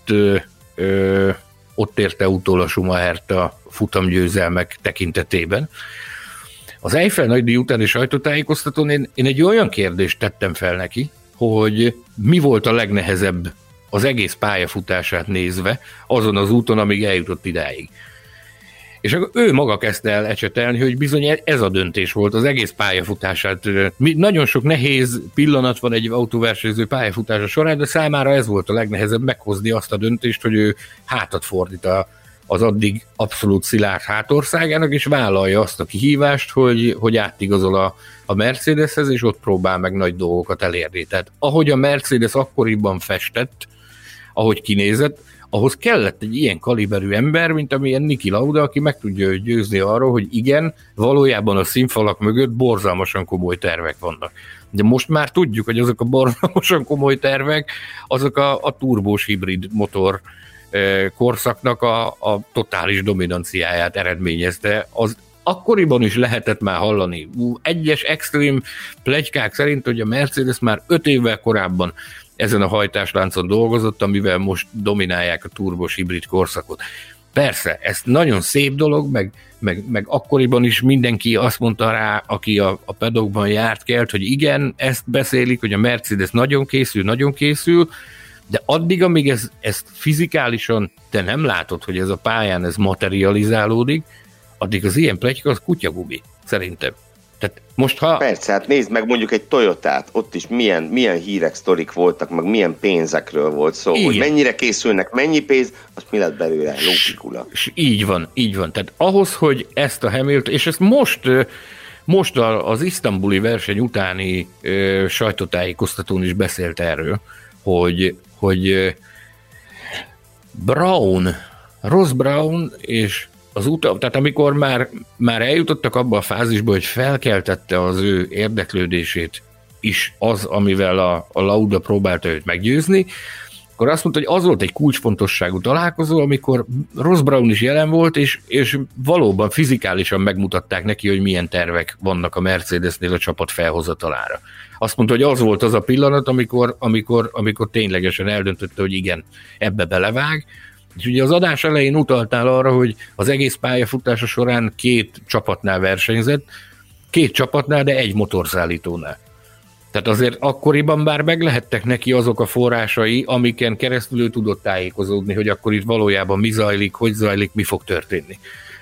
[SPEAKER 3] ott érte utol a Schumachert a futamgyőzelmek tekintetében. Az Eiffel nagydíj utáni sajtótájékoztatón én egy olyan kérdést tettem fel neki, hogy mi volt a legnehezebb az egész pályafutását nézve azon az úton, amíg eljutott idáig. És akkor ő maga kezdte el ecsetelni, hogy bizony ez a döntés volt az egész pályafutását. Nagyon sok nehéz pillanat van egy autóversenyző pályafutása során, de számára ez volt a legnehezebb meghozni azt a döntést, hogy ő hátat fordít az addig abszolút szilárd hátországának, és vállalja azt a kihívást, hogy átigazol a Mercedeshez, és ott próbál meg nagy dolgokat elérni. Tehát ahogy a Mercedes akkoriban festett, ahogy kinézett, ahhoz kellett egy ilyen kaliberű ember, mint amilyen Niki Lauda, aki meg tudja győzni arról, hogy igen, valójában a színfalak mögött borzalmasan komoly tervek vannak. De most már tudjuk, hogy azok a borzalmasan komoly tervek, azok a turbós hibrid motor korszaknak a totális dominanciáját eredményezte. Az akkoriban is lehetett már hallani. Egyes extrém pletykák szerint, hogy a Mercedes már 5 évvel korábban ezen a hajtásláncon dolgozott, amivel most dominálják a turbos hibrid korszakot. Persze, ez nagyon szép dolog, meg akkoriban is mindenki azt mondta rá, aki a pedokban járt kelt, hogy igen, ezt beszélik, hogy a Mercedes nagyon készül, de addig, amíg ezt fizikálisan te nem látod, hogy ez a pályán ez materializálódik, addig az ilyen pletyka az kutyagubi, szerintem. Tehát most
[SPEAKER 4] Persze, hát nézd meg mondjuk egy Toyotát, ott is milyen hírek, sztorik voltak, meg milyen pénzekről volt szó, igen. Hogy mennyire készülnek, mennyi pénz, azt mi lett belőle, lópikula.
[SPEAKER 3] Így van. Tehát ahhoz, hogy ezt a Hamilton, és ezt most az isztambuli verseny utáni sajtótájékoztatón is beszélt erről, hogy Ross Brown és tehát amikor már eljutottak abba a fázisba, hogy felkeltette az ő érdeklődését is az, amivel a Lauda próbálta őt meggyőzni, akkor azt mondta, hogy az volt egy kulcsfontosságú találkozó, amikor Ross Brown is jelen volt, és valóban fizikálisan megmutatták neki, hogy milyen tervek vannak a Mercedesnél a csapat felhozatalára. Azt mondta, hogy az volt az a pillanat, amikor ténylegesen eldöntötte, hogy igen, ebbe belevág. És ugye az adás elején utaltál arra, hogy az egész pályafutása során 2 csapatnál versenyzett, 2 csapatnál, de egy motorszállítónál. Tehát azért akkoriban már meg lehettek neki azok a forrásai, amiken keresztül ő tudott tájékozódni, hogy akkor itt valójában mi zajlik, hogy zajlik, mi fog történni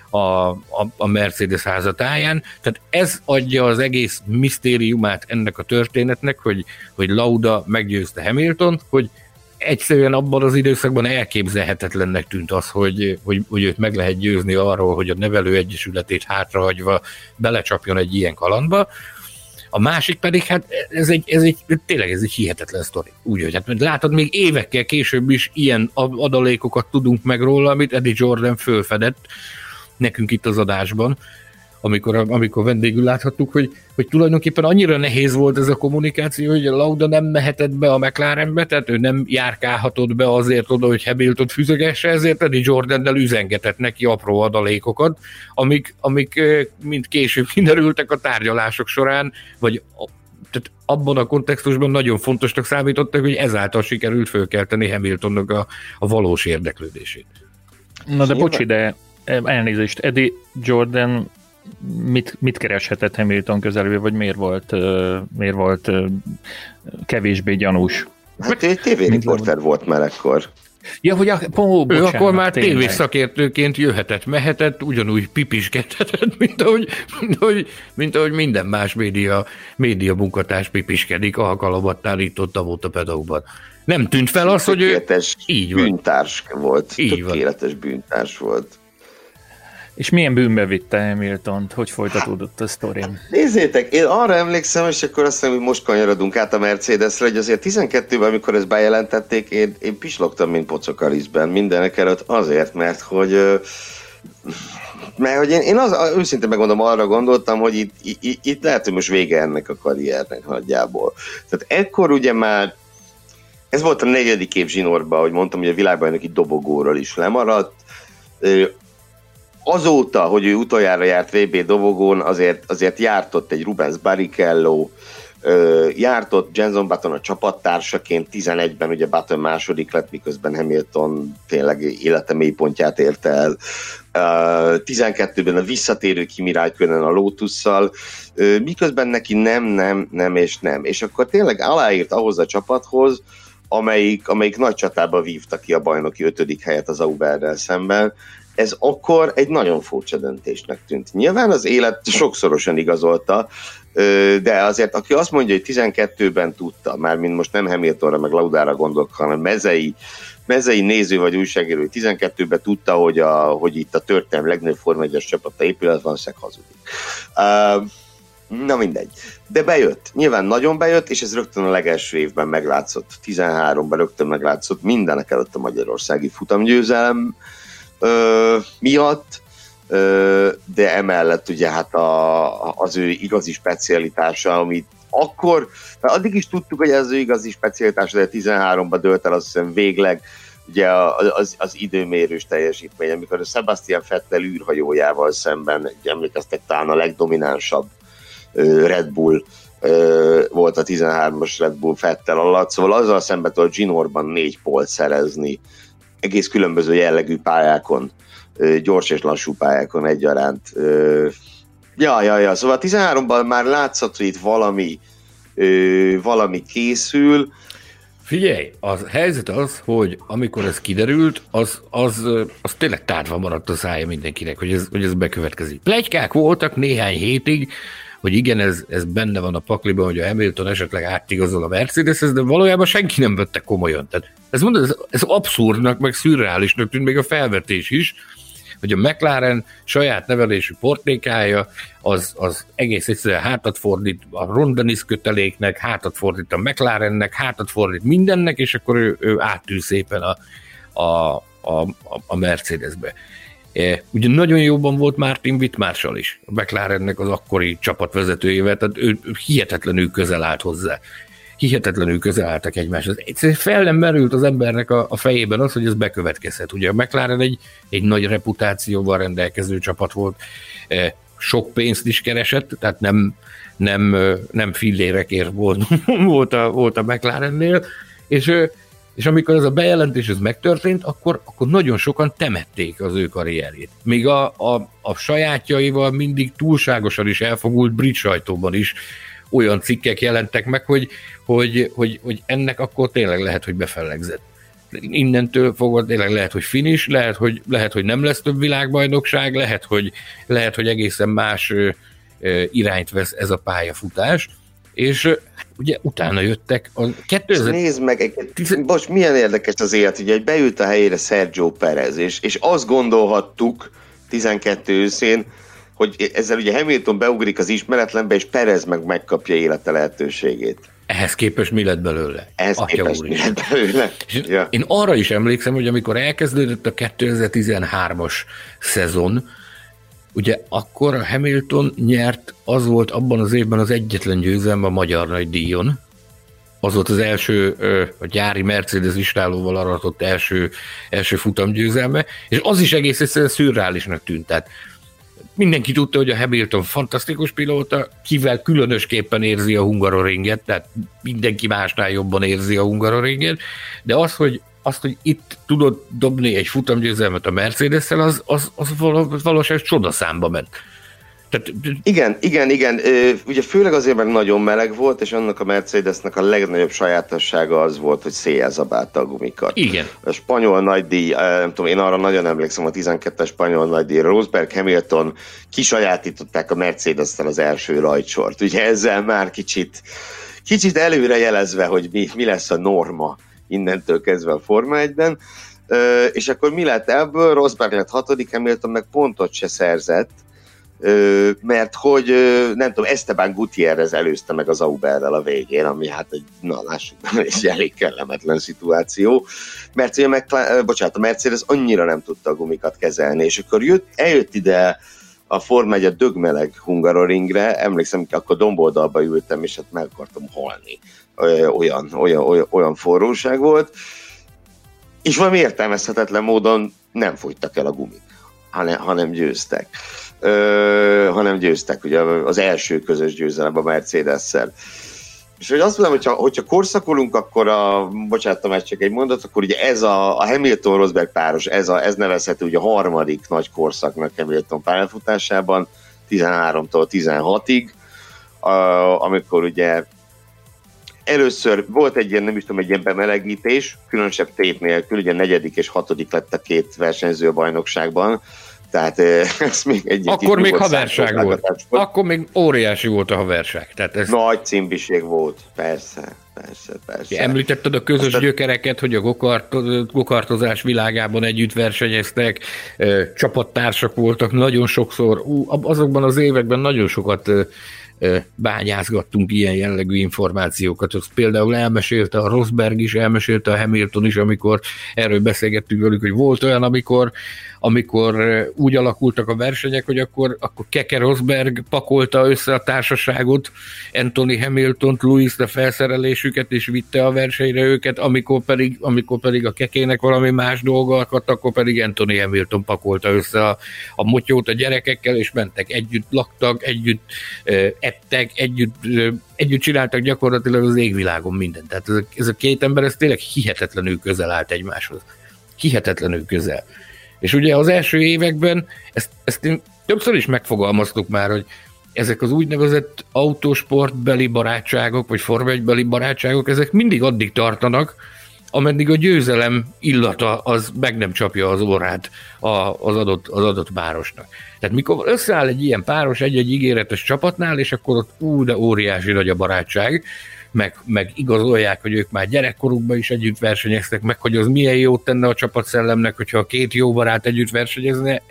[SPEAKER 3] a Mercedes házatáján. Tehát ez adja az egész misztériumát ennek a történetnek, hogy Lauda meggyőzte Hamiltont, hogy egyszerűen abban az időszakban elképzelhetetlennek tűnt az, hogy őt meg lehet győzni arról, hogy a nevelő egyesületét hátrahagyva belecsapjon egy ilyen kalandba. A másik pedig, hát tényleg ez egy hihetetlen sztori. Úgyhogy hát látod, még évekkel később is ilyen adalékokat tudunk meg róla, amit Eddie Jordan fölfedett nekünk itt az adásban, amikor vendégül láthattuk, hogy tulajdonképpen annyira nehéz volt ez a kommunikáció, hogy a Lauda nem mehetett be a McLarenbe, tehát ő nem járkálhatott be azért oda, hogy Hamilton füzegesse, ezért Eddie Jordannel üzengetett neki apró adalékokat, amik mind később kiderültek a tárgyalások során, vagy tehát abban a kontextusban nagyon fontosnak számítottak, hogy ezáltal sikerült fölkelteni Hamiltonnak a valós érdeklődését.
[SPEAKER 2] Na de bocsi, de elnézést, Eddie Jordan mit kereshetett Hamilton közelül, vagy miért volt kevésbé gyanús?
[SPEAKER 4] Hát egy tévériporter volt már ekkor.
[SPEAKER 2] Ja, hogy bocsánat,
[SPEAKER 3] ő akkor már tévészakértőként jöhetett, mehetett, ugyanúgy pipiskedhetett, mint ahogy minden más média munkatárs pipiskedik, alkalomattál itt-ott a pedokban. Nem tűnt fel az, hogy ő...
[SPEAKER 4] Így bűntárs volt. Tökéletes bűntárs volt.
[SPEAKER 2] És milyen bűnbe vitte Hamiltont? Hogy folytatódott a sztorim?
[SPEAKER 4] Nézzétek, én arra emlékszem, és akkor azt hiszem, hogy most kanyarodunk át a Mercedesre, hogy azért 12-ben, amikor ezt bejelentették, én pislogtam, mint pocok a lisztben, mindenek előtt azért, mert hogy én őszintén megmondom, arra gondoltam, hogy itt lehet, hogy most vége ennek a karriernek nagyjából. Tehát ekkor ugye már ez volt a 4. év zsinórban, ahogy mondtam, hogy a világbajnoki dobogóról is lemaradt. Azóta, hogy ő utoljára járt VB dobogón, azért járt ott egy Rubens Barrichello, járt ott Jenson Button a csapattársaként, 11-ben ugye Button második lett, miközben Hamilton tényleg élete mélypontját érte el. 12-ben a visszatérő Kimi Räikkönen a Lotusszal, miközben neki nem. És akkor tényleg aláírt ahhoz a csapathoz, amelyik nagy csatába vívta ki a bajnoki 5. helyet az Sauberrel szemben. Ez akkor egy nagyon furcsa döntésnek tűnt. Nyilván az élet sokszorosan igazolta, de azért aki azt mondja, hogy 12-ben tudta, mármint most nem Hamiltonra meg Laudára gondolok, hanem mezei néző vagy újságíró, hogy 12-ben tudta, hogy itt a történelem legnagyobb Forma 1-es csapata épül, az valószínűleg hazudik. Na mindegy. De bejött. Nyilván nagyon bejött, és ez rögtön a legelső évben meglátszott. 13-ban rögtön meglátszott mindenek előtt a magyarországi futamgyőzelem miatt, de emellett ugye hát az ő igazi specialitása, amit akkor, mert addig is tudtuk, hogy ez az ő igazi specialitása, de 13-ban dőlt el, azt hiszem végleg ugye az időmérős teljesítmény, amikor a Sebastian Vettel űrhajójával szemben, emlékeztek, talán a legdominánsabb Red Bull volt a 13-as Red Bull Vettel alatt, szóval azzal szemben tudott Ginorban 4 pólt szerezni, egész különböző jellegű pályákon, gyors és lassú pályákon egyaránt. Szóval 13-ban már látszott, hogy itt valami készül.
[SPEAKER 3] Figyelj, a helyzet az, hogy amikor ez kiderült, az tényleg tárva maradt a szája mindenkinek, hogy ez bekövetkezik. Pletykák voltak néhány hétig, hogy igen, ez benne van a pakliban, hogy a Hamilton esetleg átigazol a Mercedeshez, de valójában senki nem vette komolyan. Tehát ez abszurdnak, meg szürreálisnak tűnt még a felvetés is, hogy a McLaren saját nevelésű portékája az egész egyszerűen hátat fordít a Ron Dennis köteléknek, hátat fordít a McLarennek, hátat fordít mindennek, és akkor ő átül szépen a Mercedesbe. Ugye nagyon jóban volt Martin Wittmarshall is, a McLarennek az akkori csapatvezetőjével, tehát ő hihetetlenül közel állt hozzá. Hihetetlenül közel álltak egymáshoz. Egyszerűen fel nem merült az embernek a fejében az, hogy ez bekövetkezhet. Ugye a McLaren egy nagy reputációval rendelkező csapat volt, sok pénzt is keresett, tehát nem fillérekért volt a McLarennél, és amikor ez a bejelentés ez megtörtént, akkor nagyon sokan temették az ő karrierjét. Még a sajátjaival mindig túlságosan is elfogult brit sajtóban is olyan cikkek jelentek meg, hogy ennek akkor tényleg lehet, hogy befellegzett. Innentől fogva tényleg lehet, hogy finish, lehet, hogy nem lesz több világbajnokság, lehet, hogy egészen más irányt vesz ez a pályafutás, és ugye utána jöttek a 2000...
[SPEAKER 4] Nézd meg, most milyen érdekes az élet, ugye, hogy beült a helyére Sergio Perez, és azt gondolhattuk 12 őszén, hogy ezzel ugye Hamilton beugrik az ismeretlenbe, és Perez megkapja élete lehetőségét.
[SPEAKER 3] Ehhez képest mi lett belőle?
[SPEAKER 4] Ja.
[SPEAKER 3] Én arra is emlékszem, hogy amikor elkezdődött a 2013-as szezon, ugye akkor a Hamilton nyert, az volt abban az évben az egyetlen győzelme a magyar nagydíjon. Az volt az első, a gyári Mercedes istálóval aratott első futamgyőzelme, és az is egész egyszerűen szürreálisnak tűnt. Tehát mindenki tudta, hogy a Hamilton fantasztikus pilóta, kivel különösképpen érzi a Hungaroringet, tehát mindenki másnál jobban érzi a Hungaroringet, de az, hogy itt tudod dobni egy futamgyőzelmet a Mercedes-szel, az valószínűleg csodaszámba ment. Tehát...
[SPEAKER 4] Igen. Ugye főleg azért, mert nagyon meleg volt, és annak a Mercedesnek a legnagyobb sajátossága az volt, hogy széjjel zabálta a gumikat.
[SPEAKER 3] Igen.
[SPEAKER 4] A spanyol nagydíj, nem tudom, én arra nagyon emlékszem, a 12-es spanyol nagydíj, Rosberg, Hamilton kisajátították a Mercedes-tel az első rajtsort. Ugye ezzel már kicsit előre jelezve, hogy mi lesz a norma innentől kezdve a Forma 1-ben. És akkor mi lett ebből? Rosberg lett 6., Hamilton meg pontot se szerzett, mert hogy nem tudom, Esteban Gutierrez előzte meg az Sauberrel a végén, ami hát lássuk, egy elég kellemetlen szituáció, mert ugye a Mercedes annyira nem tudta a gumikat kezelni, és akkor eljött ide a Forma 1 a dögmeleg Hungaroringre, emlékszem, hogy akkor domboldalba ültem, és hát meg akartam halni. Olyan forróság volt, és valami értelmezhetetlen módon nem fogytak el a gumik, hanem győztek. Ugye az első közös győzelem a Mercedes-szel. És hogy azt mondom, hogyha korszakolunk, akkor bocsánat, csak egy mondat, akkor ugye ez a Hamilton-Rosberg páros, ez nevezhető ugye a harmadik nagy korszaknak Hamilton pályafutásában, 13-tól 16-ig, amikor ugye először volt egy ilyen bemelegítés, különösebb tét nélkül, ugye 4. és 6. lett a két versenyző a bajnokságban, tehát ez még egy...
[SPEAKER 3] Akkor még haverság volt. Akkor még óriási volt a haverság. Tehát ez...
[SPEAKER 4] Nagy címbiség volt, persze.
[SPEAKER 3] Említetted a közös gyökereket, hogy a gokartozás világában együtt versenyeztek, csapattársak voltak nagyon sokszor. Azokban az években nagyon sokat bányázgattunk ilyen jellegű információkat. Azt például elmesélte a Rosberg is, elmesélte a Hamilton is, amikor erről beszélgettünk velük, hogy volt olyan, amikor úgy alakultak a versenyek, hogy akkor Keke Rosberg pakolta össze a társaságot, Anthony Hamiltont, Lewis a felszerelésüket, és vitte a versenyre őket, amikor pedig a Kekének valami más dolga akadt, akkor pedig Anthony Hamilton pakolta össze a motyót a gyerekekkel, és mentek, együtt laktak, együtt ettek, együtt csináltak gyakorlatilag az égvilágon mindent. Tehát ez a két ember, ez tényleg hihetetlenül közel állt egymáshoz. Hihetetlenül közel. És ugye az első években, ezt én többször is megfogalmaztuk már, hogy ezek az úgynevezett autósportbeli barátságok, vagy Forma 1-beli barátságok, ezek mindig addig tartanak, ameddig a győzelem illata az meg nem csapja az orrát az adott párosnak. Tehát mikor összeáll egy ilyen páros egy-egy ígéretes csapatnál, és akkor ott de óriási nagy a barátság, meg igazolják, hogy ők már gyerekkorukban is együtt versenyeztek, meg hogy az milyen jót tenne a csapatszellemnek, hogyha a két jó barát együtt versenyezne,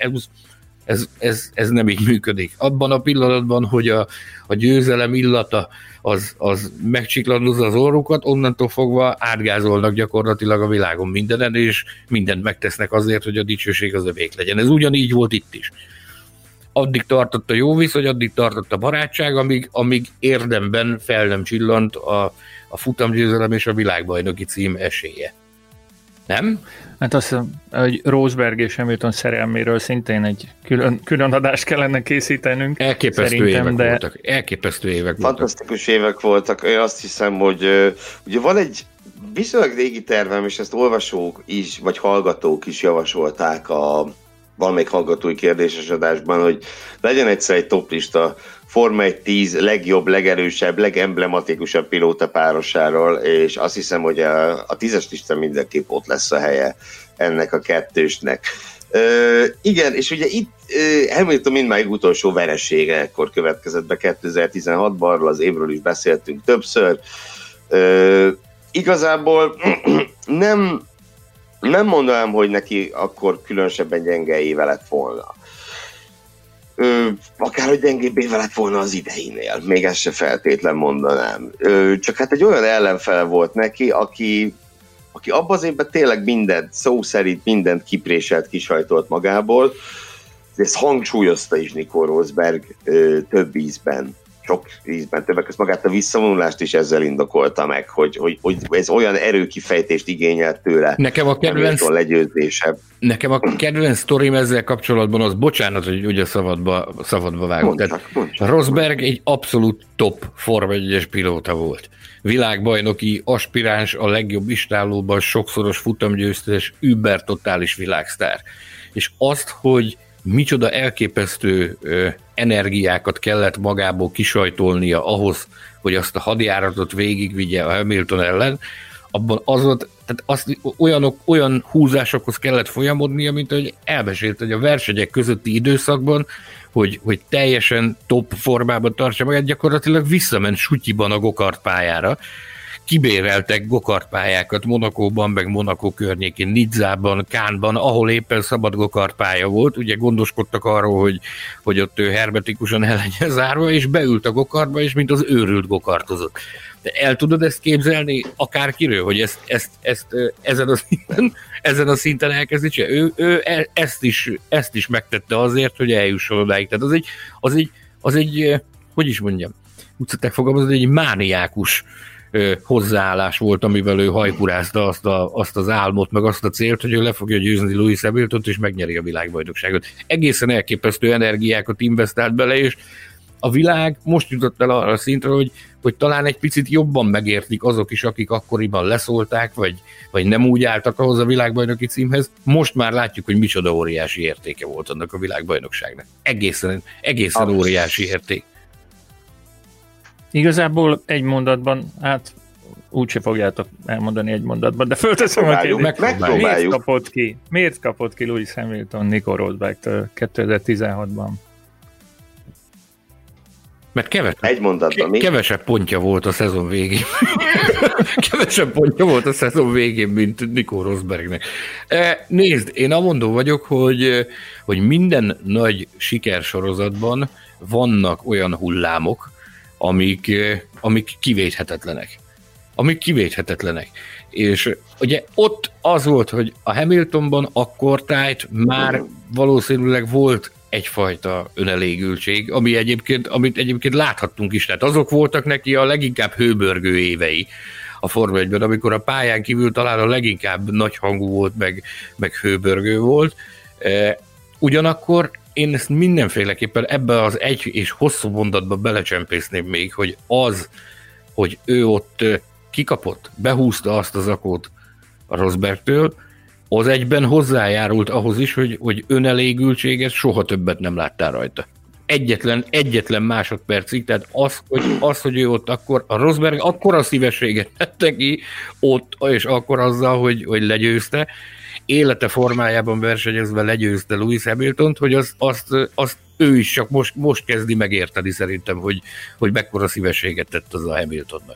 [SPEAKER 3] ez nem így működik. Abban a pillanatban, hogy a győzelem illata az megcsiklandozza az orrukat, onnantól fogva átgázolnak gyakorlatilag a világon mindenen, és mindent megtesznek azért, hogy a dicsőség az övék legyen. Ez ugyanígy volt itt is. Addig tartott a jó viszony, addig tartott a barátság, amíg érdemben fel nem csillant a futamgyőzelem és a világbajnoki cím esélye. Nem?
[SPEAKER 2] Hát azt hiszem, hogy Rosberg és Hamilton szerelméről szintén egy külön adást kellene készítenünk.
[SPEAKER 3] Elképesztő évek voltak.
[SPEAKER 4] Fantasztikus évek voltak. Én azt hiszem, hogy ugye van egy viszonylag régi tervem, és ezt olvasók is, vagy hallgatók is javasolták valamelyik hallgatói kérdéses adásban, hogy legyen egyszer egy toplista Forma 1 10 legjobb, legerősebb, legemblematikusabb pilóta párosáról, és azt hiszem, hogy a 10-es lista mindenképp ott lesz a helye ennek a kettősnek. Igen, és ugye itt Hamilton mindmáig utolsó veresége ekkor következett be 2016-ban, arról az évről is beszéltünk többször. Igazából nem mondanám, hogy neki akkor különösebben gyenge éve lett volna. Akárhogy gyengébb éve lett volna az ideinél, még ezt se feltétlen mondanám. Csak hát egy olyan ellenfele volt neki, aki abban az évben tényleg mindent, szó szerint mindent kipréselt, kisajtolt magából. Ezt hangsúlyozta is Nico Rosberg több ízben. Sok ízben, többek között magát a visszavonulást is ezzel indokolta meg, hogy ez olyan erőkifejtést igényelt tőle.
[SPEAKER 3] Nekem a kedvenc
[SPEAKER 4] legyőzésebb.
[SPEAKER 3] Nekem a kedvenc sztorim ezzel kapcsolatban az, bocsánat, hogy ugye szabadba vágok. Rosberg egy abszolút top Forma 1-es pilóta volt. Világbajnoki aspiráns, a legjobb istállóban, sokszoros futamgyőztes, über totális világsztár. És azt, hogy micsoda elképesztő energiákat kellett magából kisajtolnia ahhoz, hogy azt a hadjáratot végigvigye a Hamilton ellen, abban olyan húzásokhoz kellett folyamodnia, mint ahogy elmesélt, hogy a versenyek közötti időszakban, hogy teljesen top formában tartsa magát, gyakorlatilag visszament sutyiban a gokart pályára. Kibéreltek gokartpályákat Monakóban, meg Monakó környékén, Nizzában, Cannesban, ahol éppen szabad gokartpálya volt, ugye gondoskodtak arról, hogy ott ő hermetikusan el legyen zárva, és beült a gokartba, és mint az őrült gokartozott. De el tudod ezt képzelni akárkiről, hogy ezt ezen a szinten elkezdi csinálni? Ő ezt is megtette azért, hogy eljusson odáig. Tehát az egy hogy is mondjam, úgy szokták fogalmazni, egy mániákus hozzáállás volt, amivel ő hajkurázta azt az álmot, meg azt a célt, hogy ő le fogja győzni Lewis Hamiltont, és megnyeri a világbajnokságot. Egészen elképesztő energiákat investált bele, és a világ most jutott el arra a szintre, hogy talán egy picit jobban megértik azok is, akik akkoriban leszólták, vagy nem úgy álltak ahhoz a világbajnoki címhez. Most már látjuk, hogy micsoda óriási értéke volt annak a világbajnokságnak. Egészen óriási érték.
[SPEAKER 2] Igazából egy mondatban, hát úgyse fogjátok elmondani egy mondatban, de fölteszem a kérdést. Miért kapott ki Lewis Hamilton Nico Rosbergtől 2016-ban?
[SPEAKER 3] Mert kevesebb pontja volt a szezon végén. Kevesebb pontja volt a szezon végén, mint Nico Rosbergnek. Nézd, én amondó vagyok, hogy minden nagy sikersorozatban vannak olyan hullámok, amik kivéthetetlenek. És ugye ott az volt, hogy a Hamiltonban akkor tájt már valószínűleg volt egyfajta önelégültség, amit egyébként láthattunk is. Tehát azok voltak neki a leginkább hőbörgő évei a Forma 1-ben, amikor a pályán kívül talán a leginkább nagyhangú volt, meg hőbörgő volt. Ugyanakkor én ezt mindenféleképpen ebbe az egy és hosszú mondatba belecsempészném még, hogy az, hogy ő ott kikapott, behúzta azt az zakót a Rosbergtől, az egyben hozzájárult ahhoz is, hogy önelégültséget soha többet nem láttál rajta. Egyetlen másodpercig, tehát az, hogy ő ott akkor, a Rosberg akkora szívességet tette ki ott, és akkor azzal, hogy legyőzte, élete formájában versenyezve legyőzte Lewis Hamiltont, hogy azt ő is csak most kezdi megérteni szerintem, hogy mekkora szívességet tett az a Hamiltonnak.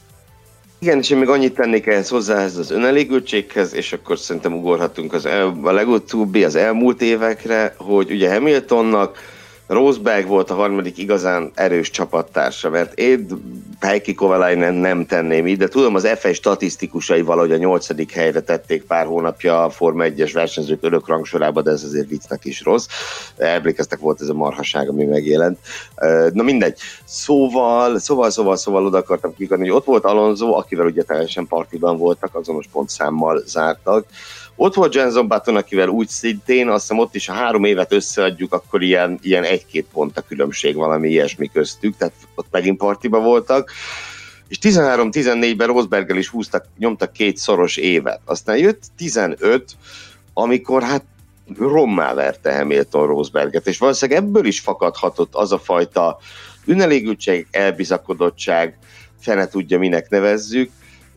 [SPEAKER 4] Igen, és én még annyit tennék ehhez hozzá, ez az önelégültséghez, és akkor szerintem ugorhatunk a legutóbbi, az elmúlt évekre, hogy ugye Hamiltonnak Rosberg volt a harmadik igazán erős csapattársa, mert én Heikki Kovalainen nem tenném így, de tudom, az F1 statisztikusai valahogy a 8. helyre tették pár hónapja a Forma 1-es versenyzők örök rangsorába, de ez azért viccnek is rossz. Emlékeztek, volt ez a marhaság, ami megjelent. Na mindegy. Szóval oda akartam kikarni, hogy ott volt Alonso, akivel ugye teljesen partiban voltak, azonos pontszámmal zártak. Ott volt Jenson Button, akivel úgy szintén, azt hiszem ott is, ha 3 évet összeadjuk, akkor ilyen 1-2 pont a különbség, valami ilyesmi köztük, tehát ott megint partiba voltak. És 13-14-ben Rosberggel is nyomtak 2 szoros évet. Aztán jött 15, amikor hát rommá verte Hamilton Rosberget, és valószínűleg ebből is fakadhatott az a fajta önelégültség, elbizakodottság, fene tudja, minek nevezzük,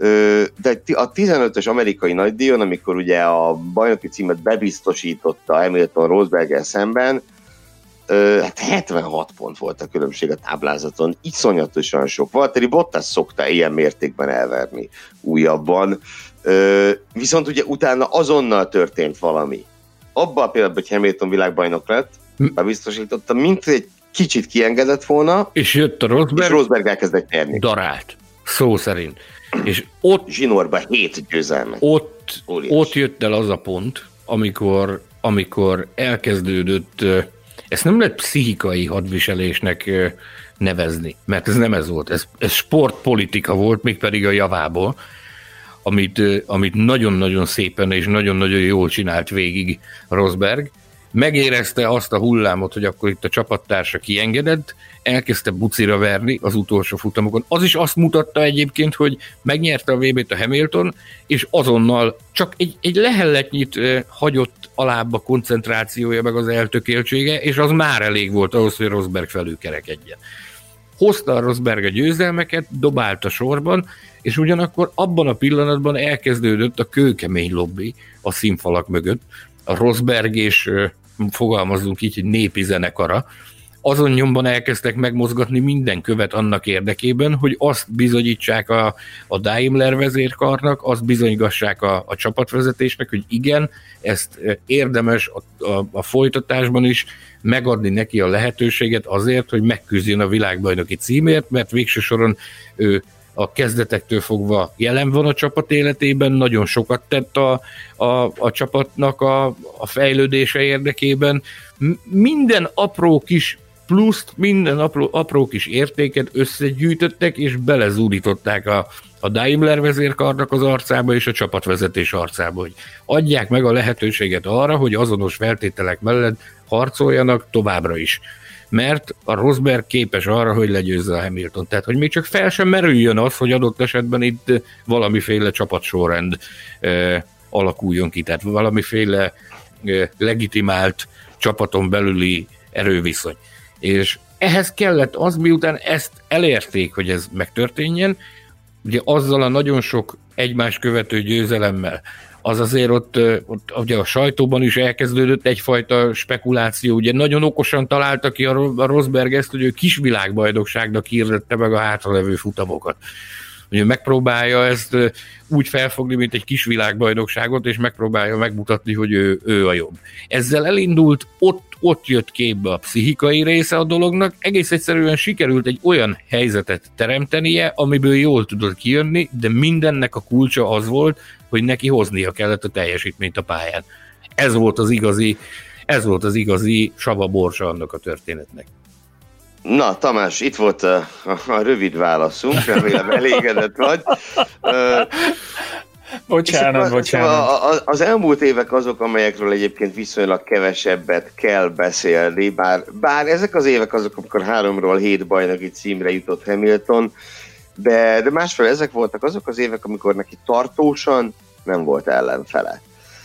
[SPEAKER 4] de a 15-ös amerikai nagydíjon, amikor ugye a bajnoki címet bebiztosította Hamilton Rosberggel szemben, hát 76 pont volt a különbség a táblázaton, iszonyatosan sok. Valtteri Bottas szokta ilyen mértékben elverni újabban, viszont ugye utána azonnal történt valami. Abban a pillanatban, hogy Hamilton világbajnok lett, bebiztosította, mint egy kicsit kiengedett volna,
[SPEAKER 3] és jött a Rosberg,
[SPEAKER 4] és Rosberg elkezdett nyerni.
[SPEAKER 3] Darált, szó szerint. És ott
[SPEAKER 4] zsinórba 7 győzelmet.
[SPEAKER 3] Ott jött el az a pont, amikor elkezdődött, ezt nem lehet pszichikai hadviselésnek nevezni, mert ez nem ez volt, ez sportpolitika volt, mégpedig a javából, amit nagyon-nagyon szépen és nagyon-nagyon jól csinált végig Rosberg. Megérezte azt a hullámot, hogy akkor itt a csapattársa kiengedett, elkezdte bucira verni az utolsó futamokon. Az is azt mutatta egyébként, hogy megnyerte a VB-t a Hamilton, és azonnal csak egy lehelletnyit hagyott alább a koncentrációja, meg az eltökéltsége, és az már elég volt ahhoz, hogy Rosberg felülkerekedjen. Hozta a Rosberg a győzelmeket, dobált a sorban, és ugyanakkor abban a pillanatban elkezdődött a kőkemény lobby a színfalak mögött, a Rosberg és fogalmazzunk így, hogy népi zenekara, azon nyomban elkezdtek megmozgatni minden követ annak érdekében, hogy azt bizonyítsák a Daimler vezérkarnak, azt bizonygassák a csapatvezetésnek, hogy igen, ezt érdemes a folytatásban is megadni neki a lehetőséget azért, hogy megküzdjön a világbajnoki címért, mert végső soron ő a kezdetektől fogva jelen van a csapat életében, nagyon sokat tett a csapatnak a fejlődése érdekében. Minden apró kis pluszt, minden apró kis értéket összegyűjtöttek, és belezúdították a Daimler vezérkarnak az arcába és a csapatvezetés arcába, hogy adják meg a lehetőséget arra, hogy azonos feltételek mellett harcoljanak továbbra is. Mert a Rosberg képes arra, hogy legyőzze a Hamilton. Tehát, hogy még csak fel sem merüljön az, hogy adott esetben itt valamiféle csapatsorrend alakuljon ki, tehát valamiféle legitimált csapaton belüli erőviszony. És ehhez kellett az, miután ezt elérték, hogy ez megtörténjen, ugye azzal a nagyon sok egymás követő győzelemmel, az azért ott ugye a sajtóban is elkezdődött egyfajta spekuláció, ugye nagyon okosan találta ki a Rosberg ezt, hogy ő kisvilágbajnokságnak hirdette meg a hátralevő futamokat. Ugye megpróbálja ezt úgy felfogni, mint egy kisvilágbajnokságot, és megpróbálja megmutatni, hogy ő a jobb. Ezzel elindult, ott jött képbe a pszichikai része a dolognak, egész egyszerűen sikerült egy olyan helyzetet teremtenie, amiből jól tudott kijönni, de mindennek a kulcsa az volt, hogy neki hoznia kellett a teljesítményt a pályán. Ez volt az igazi sava-borsa annak a történetnek.
[SPEAKER 4] Na, Tamás, itt volt a rövid válaszunk, remélem elégedett vagy.
[SPEAKER 2] Bocsánat.
[SPEAKER 4] Az elmúlt évek azok, amelyekről egyébként viszonylag kevesebbet kell beszélni, bár ezek az évek azok, amikor 3-ról 7 bajnoki címre jutott Hamilton, de másfél ezek voltak azok az évek, amikor neki tartósan nem volt ellenfele.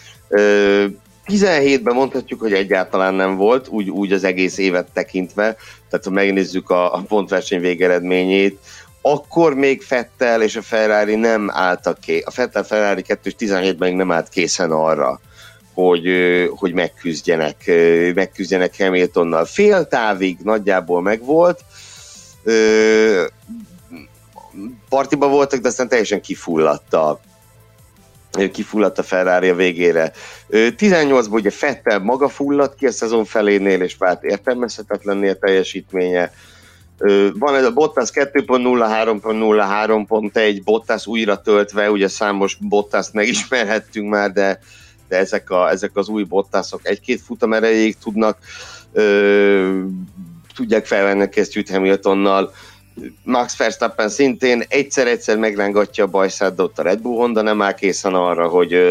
[SPEAKER 4] 17-ben mondhatjuk, hogy egyáltalán nem volt, úgy az egész évet tekintve, tehát ha megnézzük a pontverseny végeredményét, akkor még Vettel és a Ferrari nem álltak ki. A Vettel-Ferrari 2017-ben nem állt készen arra, hogy megküzdjenek Hamiltonnal. Fél távig nagyjából megvolt, partiba voltak, de aztán teljesen kifulladt a Ferrari a végére. 18-ban ugye Vettel maga fulladt ki a szezon felénél, és vált értelmezhetetlenné a teljesítménye. Van ez a Bottas 2.0, 3.0, 3.1, Bottas újra töltve, ugye számos Bottast megismerhettünk már, de ezek az új Bottasok egy-két futam erejéig tudják felvenni a kesztyűt Hamiltonnal. Max Verstappen szintén egyszer megrángatja a bajszát, de ott a Red Bull Honda nem áll készen arra,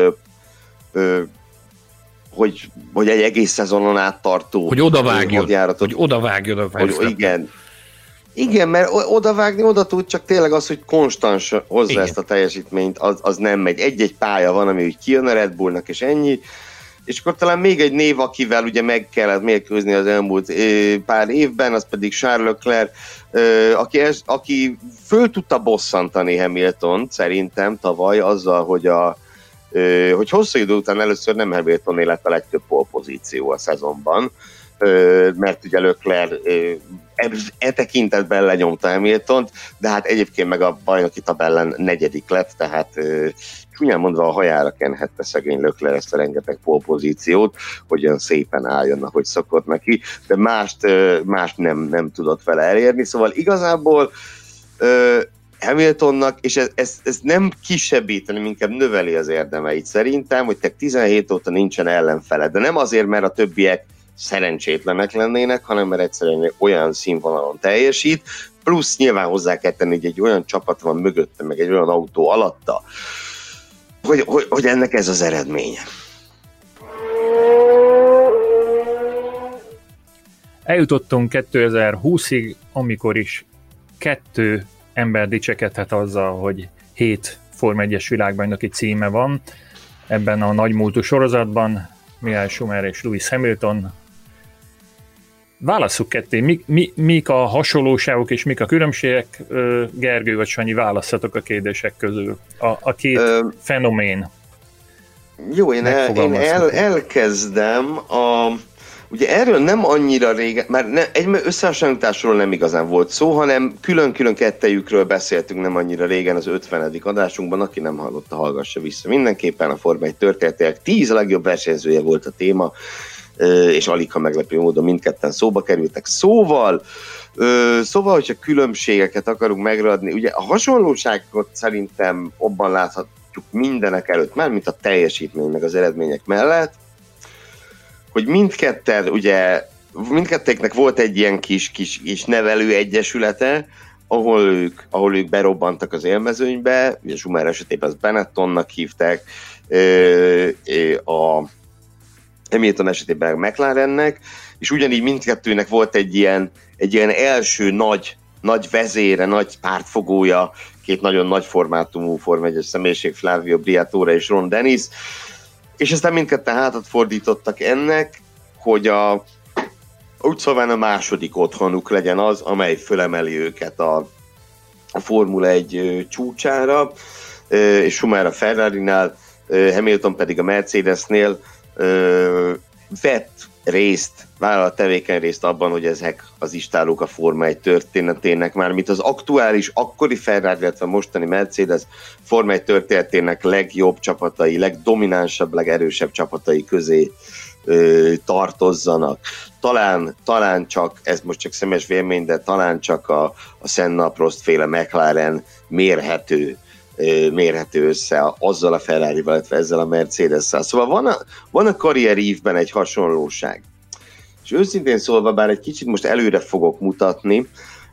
[SPEAKER 4] hogy egy egész szezonon át tartó
[SPEAKER 3] hogy odavágjon a Verstappen.
[SPEAKER 4] Igen, mert odavágni oda tud, csak tényleg az, hogy konstans hozza ezt a teljesítményt, az nem megy. Egy-egy pálya van, ami úgy kijön a Red Bullnak, és ennyi. És akkor talán még egy név, akivel ugye meg kellett mérkőzni az elmúlt pár évben, az pedig Charles Leclerc, aki föl tudta bosszantani Hamiltont szerintem tavaly azzal, hogy hosszú idő után először nem Hamiltoné lett a legtöbb pole pozíció a szezonban, mert ugye Leclerc tekintetben lenyomta Hamiltont, de hát egyébként meg a bajnoki tabellán 4. lett, tehát csúnyán mondva a hajára kenhette szegény Leclerc ezt a rengeteg pole pozíciót, hogy olyan szépen álljon, ahogy szokott neki, de mást nem tudott vele elérni, szóval igazából Hamiltonnak, és ez nem kisebbíteni, inkább növeli az érdemeit szerintem, hogy te 17 óta nincsen ellenfele, de nem azért, mert a többiek szerencsétlenek lennének, hanem mert egyszerűen olyan színvonalon teljesít, plusz nyilván hozzá kell tenni, hogy egy olyan csapat van mögötte, meg egy olyan autó alatta, hogy ennek ez az eredménye.
[SPEAKER 2] Eljutottunk 2020-ig, amikor is 2 ember dicsekedhet azzal, hogy 7 Forma 1-es világbajnoki címe van ebben a nagymúltú sorozatban, Michael Schumacher és Lewis Hamilton. Válasszuk ketté, mik a hasonlóságok és mik a különbségek? Gergő vagy Sanyi, válasszatok a kérdések közül. A két fenomén.
[SPEAKER 4] Jó, én elkezdem. Ugye erről nem annyira régen, már egy összehasonlításról nem igazán volt szó, hanem külön-külön kettejükről beszéltünk nem annyira régen az 50. adásunkban, aki nem hallotta, hallgassa vissza. Mindenképpen a Forma 1 történetének 10 legjobb versenyzője volt a téma, és alig ha meglepő módon mindketten szóba kerültek. Szóval, hogyha különbségeket akarunk megradni, ugye a hasonlóságot szerintem abban láthatjuk mindenek előtt, már mint a teljesítmény meg az eredmények mellett, hogy mindkettőknek volt egy ilyen kis nevelő egyesülete, ahol ők berobbantak az élmezőnybe, ugye Schumacher esetében az Benettonnak hívták, a Hamilton esetében McLarennek, és ugyanígy mindkettőnek volt egy ilyen első nagy vezére, nagy pártfogója, 2 nagyon nagy formátumú Forma 1-es személyiség, Flavio Briatore és Ron Dennis, és aztán mindketten hátat fordítottak ennek, hogy úgy szóval a második otthonuk legyen az, amely fölemeli őket a Formula 1 csúcsára, és Schumacher a Ferrarinál, Hamilton pedig a Mercedesnél vállalt tevékeny részt abban, hogy ezek az istálók a Forma 1 történetének, mármint az aktuális, akkori Ferrari, illetve mostani Mercedes Forma 1 történetének legjobb csapatai, legdominánsabb, legerősebb csapatai közé tartozzanak. Talán csak, ez most csak szemes vélemény, de talán csak a Senna Prost-féle McLaren mérhető össze azzal a Ferrari-val, illetve ezzel a Mercedes-szel. Szóval van a karrierívben egy hasonlóság. És őszintén szólva, bár egy kicsit most előre fogok mutatni,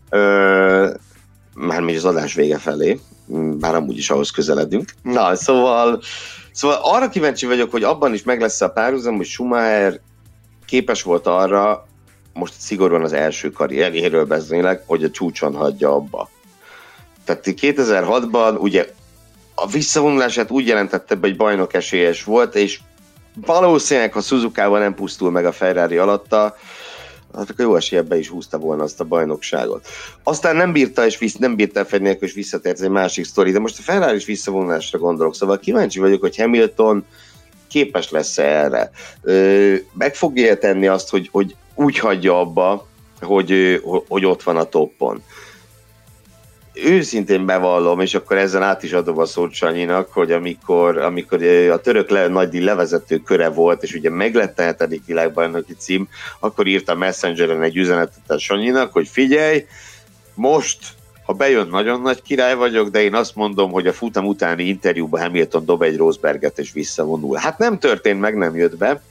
[SPEAKER 4] mármint az adás vége felé, bár amúgy is ahhoz közeledünk. Na, szóval arra kíváncsi vagyok, hogy abban is meg lesz a párhuzam, hogy Schumacher képes volt arra, most szigorúan az első karrieréről beszélek, hogy a csúcson hagyja abba. Tehát 2006-ban ugye a visszavonulását úgy jelentette be, hogy bajnok esélyes volt, és valószínűleg, ha Suzukával nem pusztul meg a Ferrari alatta, hát akkor jó eséllyel be is húzta volna azt a bajnokságot. Aztán nem bírta elfedni nélkül, és visszatért, ez egy másik sztori, de most a Ferrari-s visszavonulásra gondolok, szóval kíváncsi vagyok, hogy Hamilton képes lesz erre. Meg fogja tenni azt, hogy úgy hagyja abba, hogy ott van a toppon. Őszintén bevallom, és akkor ezzel át is adom a szót Sanyinak, hogy amikor a török nagydíj levezető köre volt, és ugye meglett a 7. világbajnoki cím, akkor írtam Messengeren egy üzenetet a Sanyinak, hogy figyelj, most, ha bejön, nagyon nagy király vagyok, de én azt mondom, hogy a futam utáni interjúban Hamilton dob egy Rosberget és visszavonul. Hát nem történt meg, nem jött be.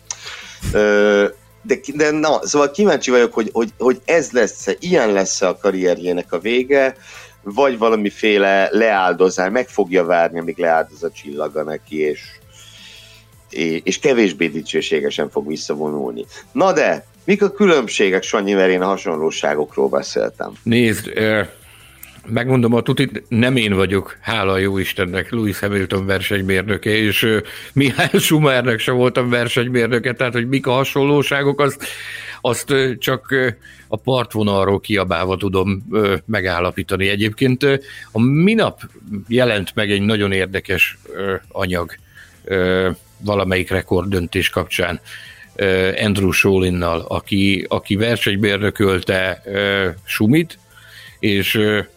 [SPEAKER 4] De na, szóval kíváncsi vagyok, hogy ez lesz, ilyen lesz a karrierjének a vége, vagy valamiféle leáldozás, meg fogja várni, amíg leáldoz a csillaga neki, és kevésbé dicsőségesen fog visszavonulni. Na de, mik a különbségek, Sanyi, mert én a hasonlóságokról beszéltem?
[SPEAKER 3] Nézd, megmondom a tutit, nem én vagyok, hála jó Istennek, Lewis Hamilton versenymérnöke, és Michael Schumachernek sem voltam versenymérnöke, tehát hogy mik a hasonlóságok, azt csak a partvonalról kiabálva tudom megállapítani. Egyébként a minap jelent meg egy nagyon érdekes anyag valamelyik rekorddöntés kapcsán Andrew Scholinnal, aki versenymérnökölte Schumit, és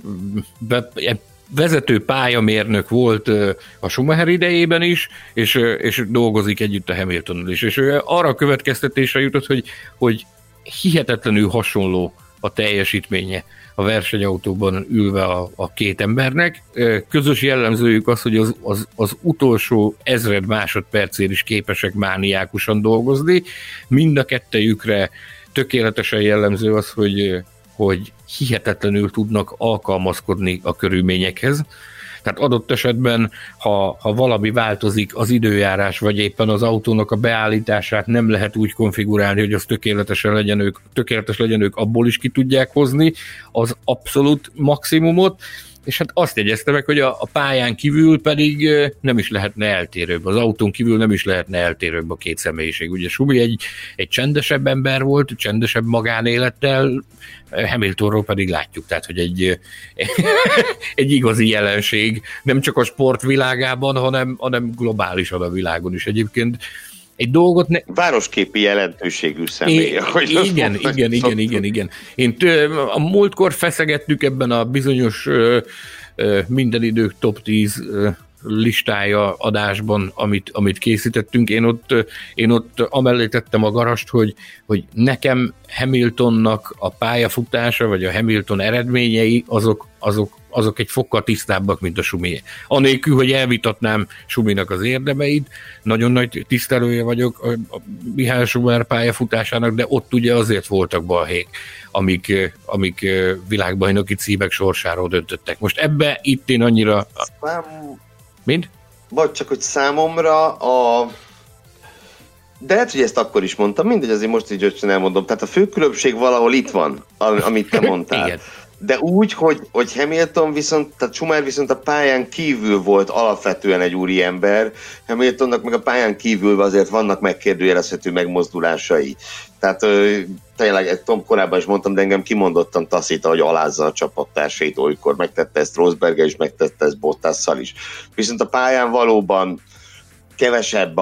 [SPEAKER 3] vezető pályamérnök volt a Schumacher idejében is, és dolgozik együtt a Hamiltonnal is. És arra a következtetésre jutott, hogy hihetetlenül hasonló a teljesítménye a versenyautóban ülve a két embernek. Közös jellemzőjük az, hogy az utolsó 1000 másodpercén is képesek mániákusan dolgozni. Mind a kettejükre tökéletesen jellemző az, hogy hihetetlenül tudnak alkalmazkodni a körülményekhez. Tehát adott esetben, ha valami változik, az időjárás, vagy éppen az autónak a beállítását nem lehet úgy konfigurálni, hogy az tökéletes legyen, ők abból is ki tudják hozni az abszolút maximumot, és hát azt jegyezte meg, hogy a pályán kívül pedig nem is lehetne eltérőbb, az autón kívül nem is lehetne eltérőbb a két személyiség. Ugye Schumi egy csendesebb ember volt, csendesebb magánélettel, Hamiltonról pedig látjuk, tehát hogy egy igazi jelenség, nem csak a sport világában, hanem globálisan a világon is egyébként. Egy dolgot
[SPEAKER 4] városképi jelentőségű személy.
[SPEAKER 3] Igen. Én a múltkor feszegettük ebben a bizonyos minden idők top 10 listája adásban, amit készítettünk. Én ott amellé tettem a garast, hogy nekem Hamiltonnak a pályafutása, vagy a Hamilton eredményei, azok egy fokkal tisztábbak, mint a Schumi. Anélkül, hogy elvitatnám Schuminak az érdemeit, nagyon nagy tisztelője vagyok a Michael Schumacher pályafutásának, de ott ugye azért voltak balhék, amik világbajnoki címek sorsáról döntöttek. Most itt én annyira... Mind?
[SPEAKER 4] Vagy csak, hogy számomra de lehet, hogy ezt akkor is mondtam, mindegy, azért most így öccsen elmondom. Tehát a fő különbség valahol itt van, amit te mondtál.
[SPEAKER 3] Igen.
[SPEAKER 4] De úgy, hogy Hamilton tehát Schumacher viszont a pályán kívül volt alapvetően egy úriember, Hamiltonnak meg a pályán kívül azért vannak megkérdőjelezhető megmozdulásai. Tehát tényleg, Tom, korábban is mondtam, de engem kimondottan taszít, hogy alázza a csapattársait olykor. Megtette ezt Rosberggel is, megtette ezt Bottasszal is. Viszont a pályán valóban kevesebb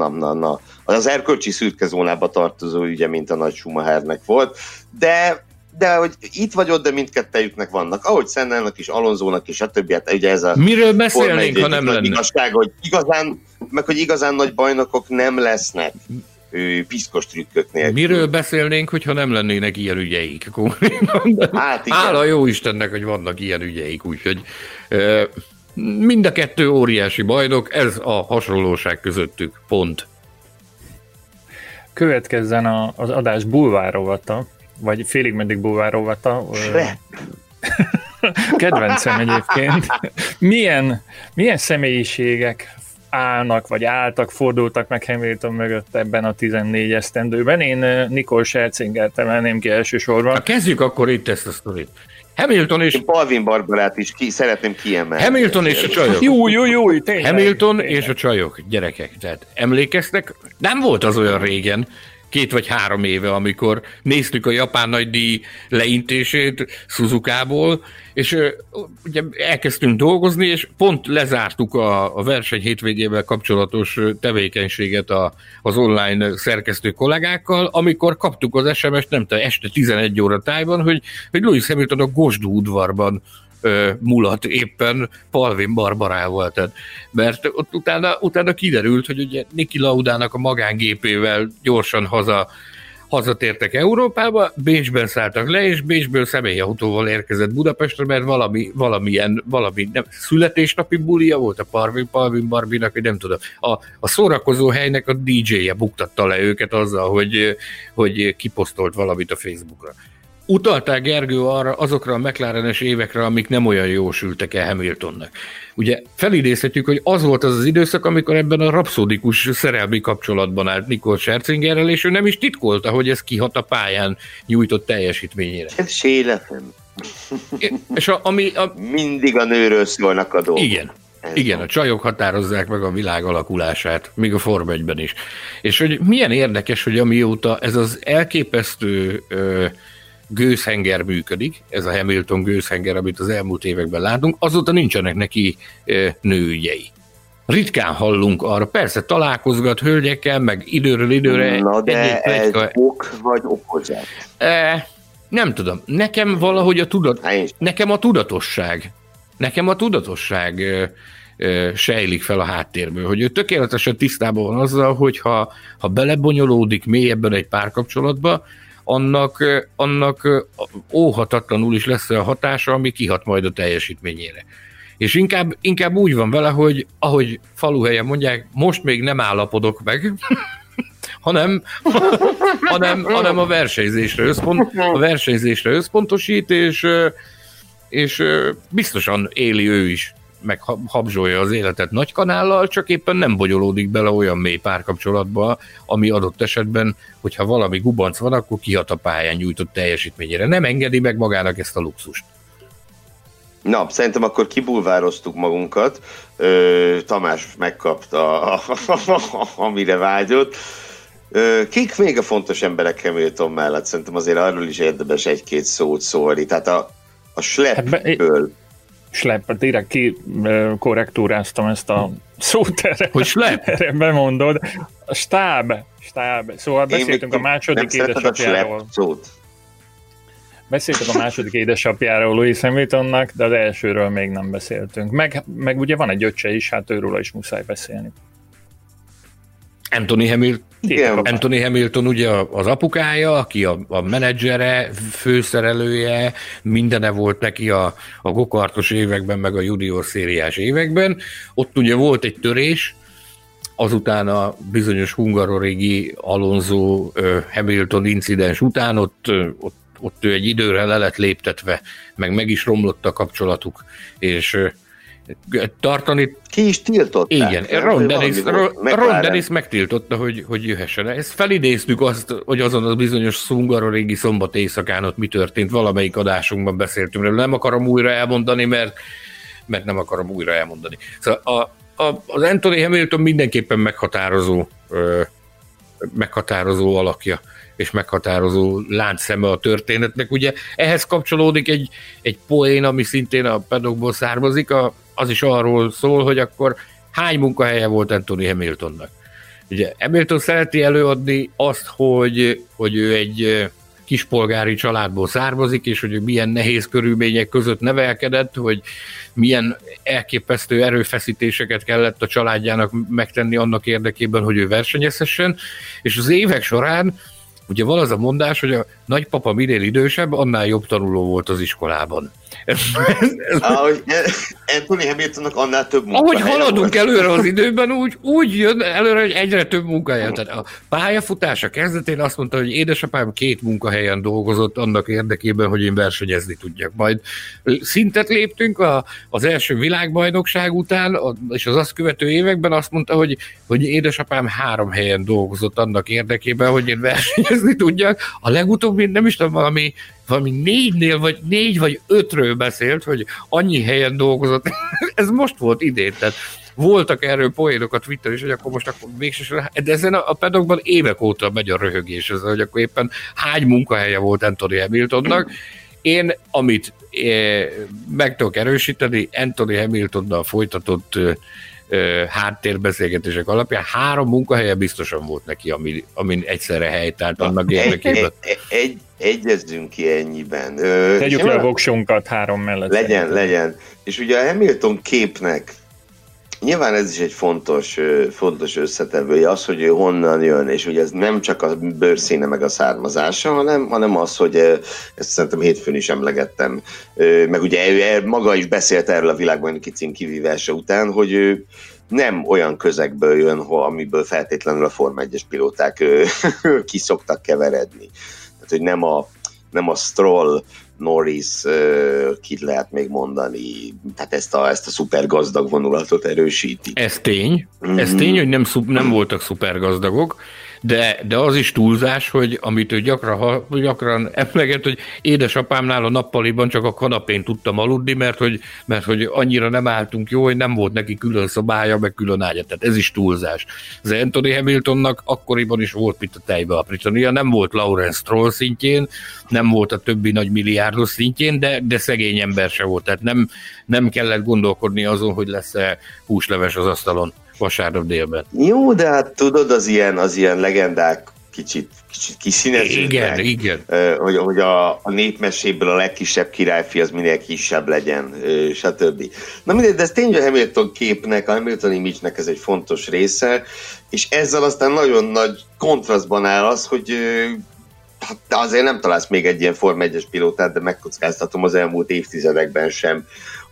[SPEAKER 4] az erkölcsi szürke zónába tartozó ügye, mint a nagy Schumachernek volt, de de hogy itt vagy ott, de mindkettejüknek vannak. Ahogy Sennelnek is, Alonsónak is, stb. Hát ugye ez a...
[SPEAKER 3] Miről beszélnénk, ha nem lenne?
[SPEAKER 4] Igazság, hogy igazán nagy bajnokok nem lesznek piszkos trükkök nélkül.
[SPEAKER 3] Miről beszélnénk, hogyha nem lennének ilyen ügyeik? Hát hála jó Istennek, hogy vannak ilyen ügyeik, úgyhogy mind a kettő óriási bajnok, ez a hasonlóság közöttük, pont.
[SPEAKER 2] Következzen az adás bulvárrovata, vagy félig meddig bulvárrovata. Kedvencem egyébként. Milyen személyiségek állnak, vagy álltak, fordultak meg Hamilton mögött ebben a 14 esztendőben. Én Nicole Scherzingert emelném ki elsősorban.
[SPEAKER 3] Kezdjük akkor itt ezt a sztorit. Hamilton és...
[SPEAKER 4] Balvin Barbarát is szeretném kiemelni.
[SPEAKER 3] Hamilton és a csajok.
[SPEAKER 2] Jó, tényleg.
[SPEAKER 3] Hamilton és a csajok, gyerekek. Tehát emlékeztek? Nem volt az olyan régen, 2 vagy 3 éve, amikor néztük a japán nagydíj leintését Suzukából, és ugye elkezdtünk dolgozni, és pont lezártuk a verseny hétvégével kapcsolatos tevékenységet az online szerkesztő kollégákkal, amikor kaptuk az SMS-t, nem tudom, este 11 óra tájban, hogy Lewis Hamilton a Gosdú udvarban mulat éppen Balvin Barbarával. Tehát, mert ott utána kiderült, hogy ugye Niki Laudának a magángépével gyorsan hazatértek Európába, Bécsben szálltak le, és Bécsből személyautóval érkezett Budapestre, mert valami nem, születésnapi bulia volt a Balvin Barbinak, vagy nem tudom. A szórakozó helynek a DJ-je buktatta le őket azzal, hogy kiposztolt valamit a Facebookra. Utaltál, Gergő, azokra a McLaren-es évekre, amik nem olyan jól sültek el Hamiltonnak. Ugye felidézhetjük, hogy az volt az időszak, amikor ebben a rapszódikus szerelmi kapcsolatban állt Nicole Scherzingerrel, és ő nem is titkolta, hogy ez kihat a pályán nyújtott teljesítményére.
[SPEAKER 4] Sélefem.
[SPEAKER 3] És
[SPEAKER 4] mindig a nőről szólnak a dolgok.
[SPEAKER 3] Igen, a csajok határozzák meg a világ alakulását, még a Forma 1-ben is. És hogy milyen érdekes, hogy amióta ez az elképesztő gőzhenger működik, ez a Hamilton gőzhenger, amit az elmúlt években látunk, azóta nincsenek neki nőügyei. Ritkán hallunk arra, persze találkozgat hölgyekkel, meg időről időre...
[SPEAKER 4] Na de ez ok vagy okozás?
[SPEAKER 3] Nem tudom. Nekem valahogy nekem a tudatosság sejlik fel a háttérből, hogy ő tökéletesen tisztában van azzal, hogy ha belebonyolódik mélyebben egy párkapcsolatba, annak óhatatlanul is lesz a hatása, ami kihat majd a teljesítményére. És inkább úgy van vele, hogy ahogy faluhelyen mondják, most még nem állapodok meg, hanem a versenyzésre összpontosít, és biztosan éli ő is, meg habzsolja az életet nagy kanállal, csak éppen nem bonyolódik bele olyan mély párkapcsolatba, ami adott esetben, hogyha valami gubanc van, akkor kihat a pályán nyújtott teljesítményére. Nem engedi meg magának ezt a luxust.
[SPEAKER 4] Na, szerintem akkor kibulvároztuk magunkat. Tamás megkapta, amire vágyott. Kik még a fontos emberek Hamilton mellett? Szerintem azért arról is érdemes egy-két szót szólni. Tehát a Schleppből.
[SPEAKER 2] Schlepp, direkt ki korrektúráztam ezt a szót erre.
[SPEAKER 3] Hogy Schlepp?
[SPEAKER 2] Erre bemondod. A stáb. Szóval beszéltünk a második édesapjáról. Beszéltünk a második édesapjáról Lewis Hamiltonnak, de az elsőről még nem beszéltünk. Meg ugye van egy öccse is, hát őről is muszáj beszélni.
[SPEAKER 3] Anthony Hamilton ugye az apukája, aki a menedzsere, főszerelője, mindene volt neki a gokartos években, meg a junior szériás években. Ott ugye volt egy törés, azután a bizonyos hungarorégi Alonso Hamilton incidens után ott ő egy időre le lett léptetve, meg is romlott a kapcsolatuk, és tartani...
[SPEAKER 4] Ki is tiltották.
[SPEAKER 3] Igen, Ron Dennis megtiltotta, hogy jöhessen. Ezt felidéztük azt, hogy azon a bizonyos hungarorégi szombat éjszakán ott mi történt, valamelyik adásunkban beszéltünk róla. Nem akarom újra elmondani, mert nem akarom újra elmondani. Szóval az Anthony Hamilton mindenképpen meghatározó alakja, és meghatározó láncszeme a történetnek. Ugye ehhez kapcsolódik egy poén, ami szintén a paddockból származik, az is arról szól, hogy akkor hány munkahelye volt Anthony Hamiltonnak. Ugye Hamilton szereti előadni azt, hogy ő egy kispolgári családból származik, és hogy milyen nehéz körülmények között nevelkedett, hogy milyen elképesztő erőfeszítéseket kellett a családjának megtenni annak érdekében, hogy ő versenyezhessen, és az évek során ugye van az a mondás, hogy a nagypapa minél idősebb, annál jobb tanuló volt az iskolában.
[SPEAKER 4] Ahogy Anthony Hamiltonnak annál több munkahelye.
[SPEAKER 3] Ahogy haladunk előre az időben, úgy jön előre, hogy egyre több munkahelye. Tehát a pályafutása kezdetén azt mondta, hogy édesapám 2 munkahelyen dolgozott annak érdekében, hogy én versenyezni tudjak. Majd szintet léptünk az első világbajnokság után, és az azt követő években azt mondta, hogy édesapám 3 helyen dolgozott annak érdekében, hogy én versenyezni tudjak. A legutóbbi, nem is tudom, valami 4 vagy 5-ről beszélt, hogy annyi helyen dolgozott. Ez most volt idén, tehát voltak erről poénok a Twitter is, hogy akkor mégsem, de ezen a paddockban évek óta megy a röhögés, ez, hogy akkor éppen hány munkahelye volt Anthony Hamiltonnak. Én, amit meg tudok erősíteni, Anthony Hamiltonnal folytatott háttérbeszélgetések alapján 3 munkahelye biztosan volt neki, amin egyszerre helytált annak érdekében.
[SPEAKER 4] Egyezzünk ki ennyiben.
[SPEAKER 2] Tegyük le a voksunkat 3 mellett.
[SPEAKER 4] Legyen. És ugye a Hamilton képnek nyilván ez is egy fontos összetevője, az, hogy ő honnan jön, és ugye ez nem csak a bőrszíne meg a származása, hanem az, hogy ezt szerintem hétfőn is emlegettem, meg ugye ő maga is beszélt erről a világbajnoki cím kivívása után, hogy ő nem olyan közegből jön, amiből feltétlenül a Forma 1-es pilóták ki szoktak keveredni. Tehát, hogy nem a Stroll, Norris, kit lehet még mondani, tehát ezt a szuper gazdag vonulatot erősíti.
[SPEAKER 3] Ez tény, hogy nem voltak szuper gazdagok, de az is túlzás, hogy amit ő gyakran emleget, hogy édesapámnál a nappaliban csak a kanapén tudtam aludni, mert hogy annyira nem álltunk jó, hogy nem volt neki külön szobája, meg külön ágya, tehát ez is túlzás. Az Anthony Hamiltonnak akkoriban is volt mit a tejbe aprítania, nem volt Lawrence Stroll szintjén, nem volt a többi nagy milliárdos szintjén, de szegény ember se volt, tehát nem kellett gondolkodni azon, hogy lesz-e húsleves az asztalon vasárnap délben.
[SPEAKER 4] Jó, de hát tudod, az ilyen legendák kicsit kiszíneződnek.
[SPEAKER 3] Igen.
[SPEAKER 4] Hogy a népmeséből a legkisebb királyfi az minél kisebb legyen, stb. Na mindegy, de ez tényleg a Hamilton képnek, a Hamilton image-nek ez egy fontos része, és ezzel aztán nagyon nagy kontrasztban áll az, hogy azért nem találsz még egy ilyen Forma 1-es pilótát, de megkockáztatom az elmúlt évtizedekben sem,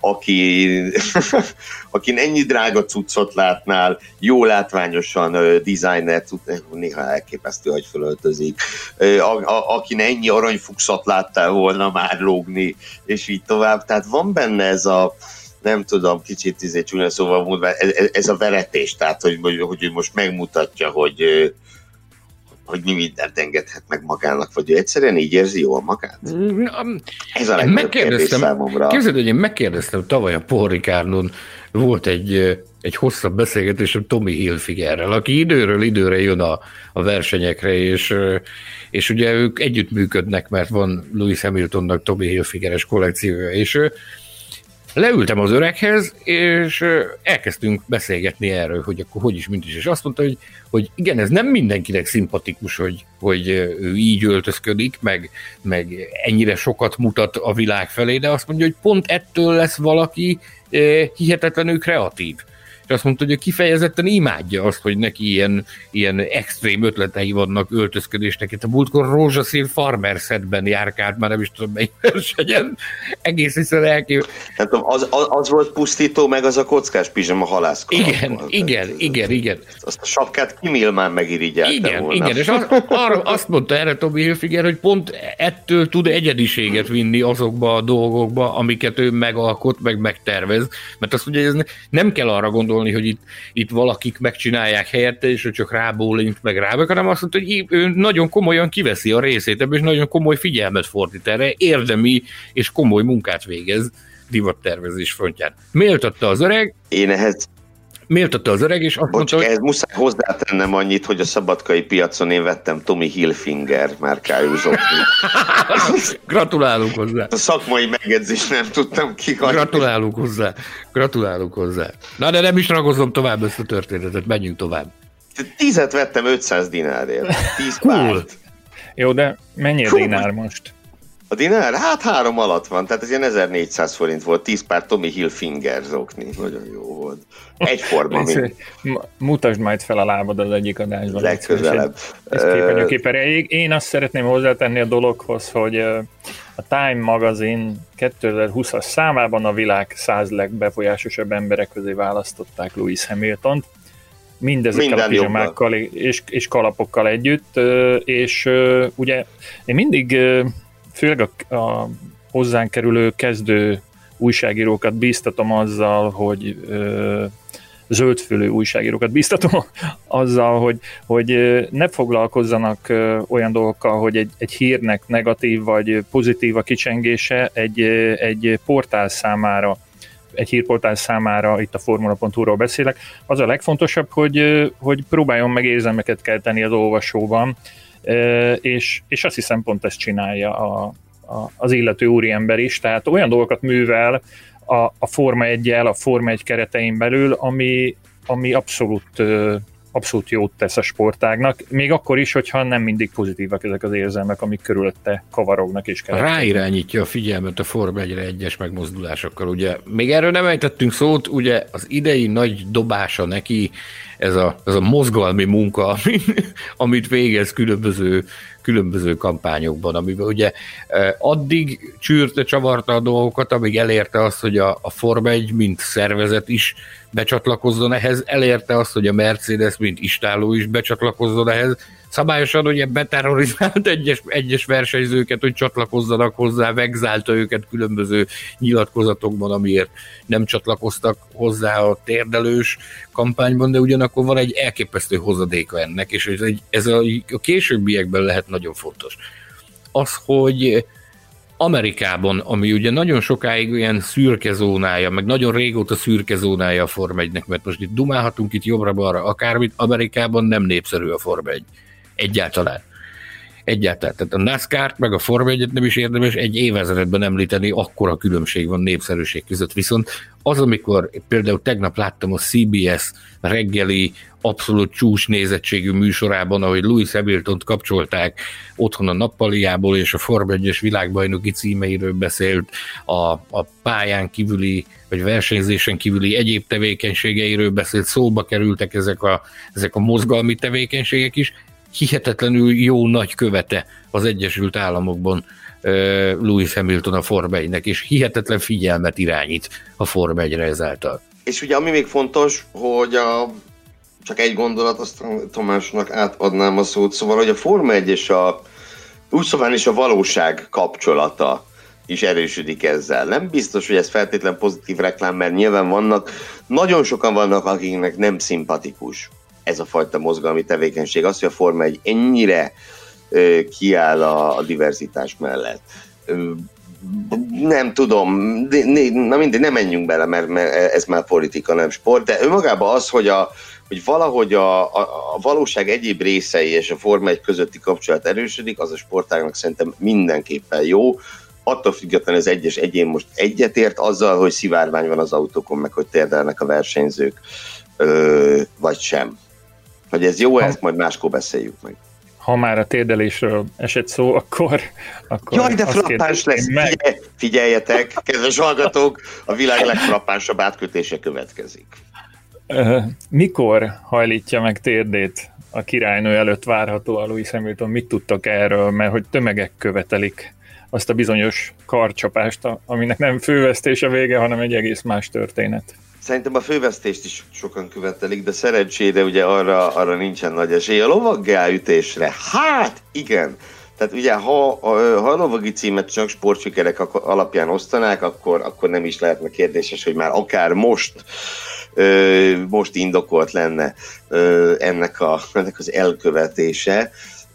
[SPEAKER 4] akin ennyi drága cuccot látnál, jó látványosan designert, néha elképesztő, hogy fölöltözik, akin ennyi aranyfuxot láttál volna már lógni, és így tovább. Tehát van benne ez a, nem tudom, kicsit csúnya szóval mondva, ez a veretés, tehát hogy ő most megmutatja, hogy mi mindent engedhet meg magának, vagy ő egyszerűen így érzi jól magát? Ez a legnagyobb kérdés számomra.
[SPEAKER 3] Képzeld, hogy én megkérdeztem tavaly a Paul Ricardon, volt egy hosszabb beszélgetésem Tommy Hilfigerrel, aki időről időre jön a versenyekre, és ugye ők együttműködnek, mert van Lewis Hamiltonnak Tommy Hilfigeres kollekciója, és leültem az öreghez, és elkezdtünk beszélgetni erről, hogy akkor hogy is, mint is, és azt mondta, hogy igen, ez nem mindenkinek szimpatikus, hogy ő így öltözködik, meg ennyire sokat mutat a világ felé, de azt mondja, hogy pont ettől lesz valaki hihetetlenül kreatív. És azt mondta, hogy kifejezetten imádja azt, hogy neki ilyen extrém ötletei vannak öltözködésnek. Itt a múltkor rózsaszín farmer setben járkált, már nem is tudom melyik versenyen. Egész hiszen
[SPEAKER 4] hát az volt pusztító, meg az a kockás pizsama halászkalap.
[SPEAKER 3] Igen.
[SPEAKER 4] Azt a sapkát kimilmán megirigyelte volna.
[SPEAKER 3] Igen, és azt mondta erre Tommy Hilfiger, hogy pont ettől tud egyediséget vinni azokba a dolgokba, amiket ő megalkot, meg megtervez. Mert azt mondja, hogy nem kell arra gondolni, hogy itt valakik megcsinálják helyette, és ő csak rábólint meg rá, hanem azt mondta, hogy ő nagyon komolyan kiveszi a részét ebből, és nagyon komoly figyelmet fordít erre, érdemi és komoly munkát végez divattervezés frontján. Méltatta az öreg, és azt mondta, hogy...
[SPEAKER 4] Ez muszáj hozzátennem annyit, hogy a szabadkai piacon én vettem Tommy Hilfiger márkájú zoknit.
[SPEAKER 3] Gratulálunk hozzá.
[SPEAKER 4] A szakmai megjegyzést nem tudtam kihagyni.
[SPEAKER 3] Gratulálunk hozzá. Na, de nem is ragozom tovább ezt a történetet, menjünk tovább.
[SPEAKER 4] 10 vettem 500 dinárért. 10
[SPEAKER 3] cool.
[SPEAKER 4] párt.
[SPEAKER 2] Jó, de mennyi a dinár most?
[SPEAKER 4] A dinár? Hát 3 alatt van, tehát ez ilyen 1400 forint volt, 10 pár Tommy Hilfiger zokni. Nagyon jó volt. Egyforma mind.
[SPEAKER 2] Mutasd majd fel a lábad az egyik adásban.
[SPEAKER 4] Legközelebb.
[SPEAKER 2] Ez képernyőképerjeig. Én azt szeretném hozzátenni a dologhoz, hogy a Time magazin 2020-as számában a világ 100 legbefolyásosabb emberek közé választották Lewis Hamiltont. Mindezekkel a pizsamákkal és kalapokkal együtt, és ugye én mindig főleg a hozzánk kerülő kezdő újságírókat bíztatom azzal, hogy zöldfülű újságírókat bíztatom azzal, hogy ne foglalkozzanak olyan dolgokkal, hogy egy hírnek negatív vagy pozitív a kicsengése egy portál számára, egy hírportál számára, itt a Formula.hu-ról beszélek, az a legfontosabb, hogy próbáljon meg érzelmeket kelteni az olvasóban, és azt hiszem pont ezt csinálja az illető úriember is, tehát olyan dolgokat művel a Forma 1-jel, a Forma 1 keretein belül, ami abszolút jót tesz a sportágnak, még akkor is, hogyha nem mindig pozitívak ezek az érzelmek, amik körülötte kavarognak és keletkeznek.
[SPEAKER 3] Ráirányítja a figyelmet a Forma 1-re egyes megmozdulásokkal, ugye. Még erről nem ejtettünk szót, ugye az idei nagy dobása neki, ez a mozgalmi munka, amit végez különböző kampányokban, amiben ugye addig csűrte, csavarta a dolgokat, amíg elérte azt, hogy a Forma 1 mint szervezet is becsatlakozzon ehhez, elérte azt, hogy a Mercedes mint istáló is becsatlakozzon ehhez, szabályosan ugye beterrorizált egyes versenyzőket, hogy csatlakozzanak hozzá, vegzálta őket különböző nyilatkozatokban, amiért nem csatlakoztak hozzá a térdelős kampányban, de ugyanakkor van egy elképesztő hozadéka ennek, és ez a későbbiekben lehet nagyon fontos. Az, hogy Amerikában, ami ugye nagyon sokáig olyan szürke zónája, meg nagyon régóta szürke zónája a Forma 1-nek, mert most itt dumálhatunk itt jobbra-balra akármit, Amerikában nem népszerű a Forma 1. Egyáltalán. Tehát a NASCAR-t meg a Forma 1-et nem is érdemes egy évezredben említeni, akkora különbség van népszerűség között. Viszont az, amikor például tegnap láttam a CBS reggeli abszolút csúcs nézettségű műsorában, ahogy Lewis Hamiltont kapcsolták otthon a nappaliából, és a Forma 1-es világbajnoki címeiről beszélt, a pályán kívüli, vagy versenyzésen kívüli egyéb tevékenységeiről beszélt, szóba kerültek ezek a mozgalmi tevékenységek is, hihetetlenül jó nagy követe az Egyesült Államokban Lewis Hamilton a Forma 1-nek, és hihetetlen figyelmet irányít a Forma 1-re ezáltal.
[SPEAKER 4] És ugye ami még fontos, hogy csak egy gondolat, azt Tamásnak átadnám a szót, szóval, hogy a Forma 1 és úgy szóval is a valóság kapcsolata is erősödik ezzel. Nem biztos, hogy ez feltétlen pozitív reklám, mert nyilván nagyon sokan vannak, akiknek nem szimpatikus ez a fajta mozgalmi tevékenység. Az, hogy a Forma 1 ennyire kiáll a diverzitás mellett. Nem tudom, na mindegy, nem menjünk bele, mert ez már politika, nem sport, de önmagában az, hogy valahogy a valóság egyéb részei és a Forma 1 közötti kapcsolat erősödik, az a sportágnak szerintem mindenképpen jó. Attól függetlenül az egyes egyén most egyetért azzal, hogy szivárvány van az autókon, meg hogy térdelnek a versenyzők, vagy sem. Hogy ez jó, ezt majd máskor beszéljük meg.
[SPEAKER 2] Ha már a térdelésről esett szó, akkor
[SPEAKER 4] jaj, de frappáns lesz! Figyeljetek, kedves hallgatók, a világ legfrappánsabb átkötése következik.
[SPEAKER 2] Mikor hajlítja meg térdét a királynő előtt várható a Lewis Hamilton? Mit tudtok erről? Mert hogy tömegek követelik azt a bizonyos karcsapást, aminek nem fővesztés a vége, hanem egy egész más történet.
[SPEAKER 4] Szerintem a fővesztést is sokan követelik, de szerencsére ugye arra nincsen nagy esély. A lovaggálütésre, hát igen. Tehát ugye, ha a lovagi címet csak sportsikerek alapján osztanák, akkor nem is lehetne kérdéses, hogy már akár most indokolt lenne ennek az elkövetése.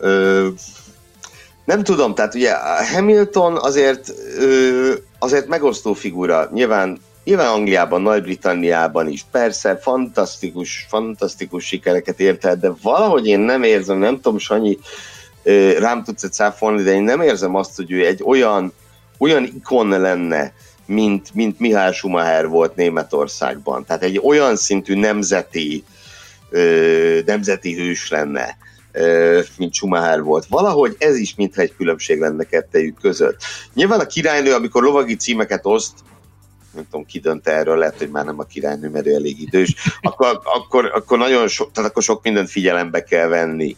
[SPEAKER 4] Nem tudom, tehát ugye Hamilton azért megosztó figura, nyilván Angliában, Nagy-Britanniában is, persze, fantasztikus sikereket ért el, de valahogy én nem érzem, nem tudom, Sanyi, rám tudsz cáfolni, de én nem érzem azt, hogy ő egy olyan ikon lenne, mint Michael Schumacher volt Németországban. Tehát egy olyan szintű nemzeti hős lenne mint Schumacher volt. Valahogy ez is mintha egy különbség lenne kettejük között. Nyilván a királynő, amikor lovagi címeket oszt, nem tudom, ki dönt erről, lehet, hogy már nem a királynő, mert ő elég idős, akkor nagyon tehát akkor sok mindent figyelembe kell venni.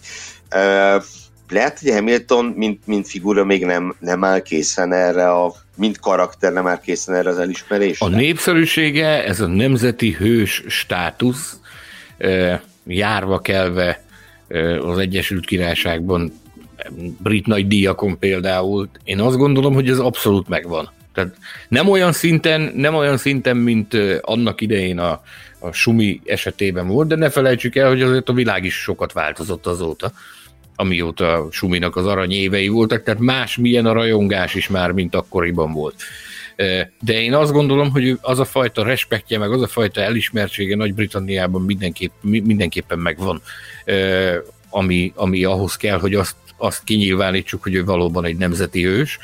[SPEAKER 4] Lehet, hogy Hamilton, mint figura még nem áll készen erre mint karakter nem áll készen erre az elismerésre?
[SPEAKER 3] A népszerűsége, ez a nemzeti hős státusz, járva kelve az Egyesült Királyságban, brit nagydíjakon például, én azt gondolom, hogy ez abszolút megvan. Tehát nem olyan szinten, mint annak idején a Schumi esetében volt, de ne felejtsük el, hogy azért a világ is sokat változott azóta, amióta Schuminak az aranyévei voltak, tehát milyen a rajongás is már, mint akkoriban volt. De én azt gondolom, hogy az a fajta respektje, meg az a fajta elismertsége Nagy-Britanniában mindenképpen megvan, ami ahhoz kell, hogy azt kinyilvánítsuk, hogy ő valóban egy nemzeti hős.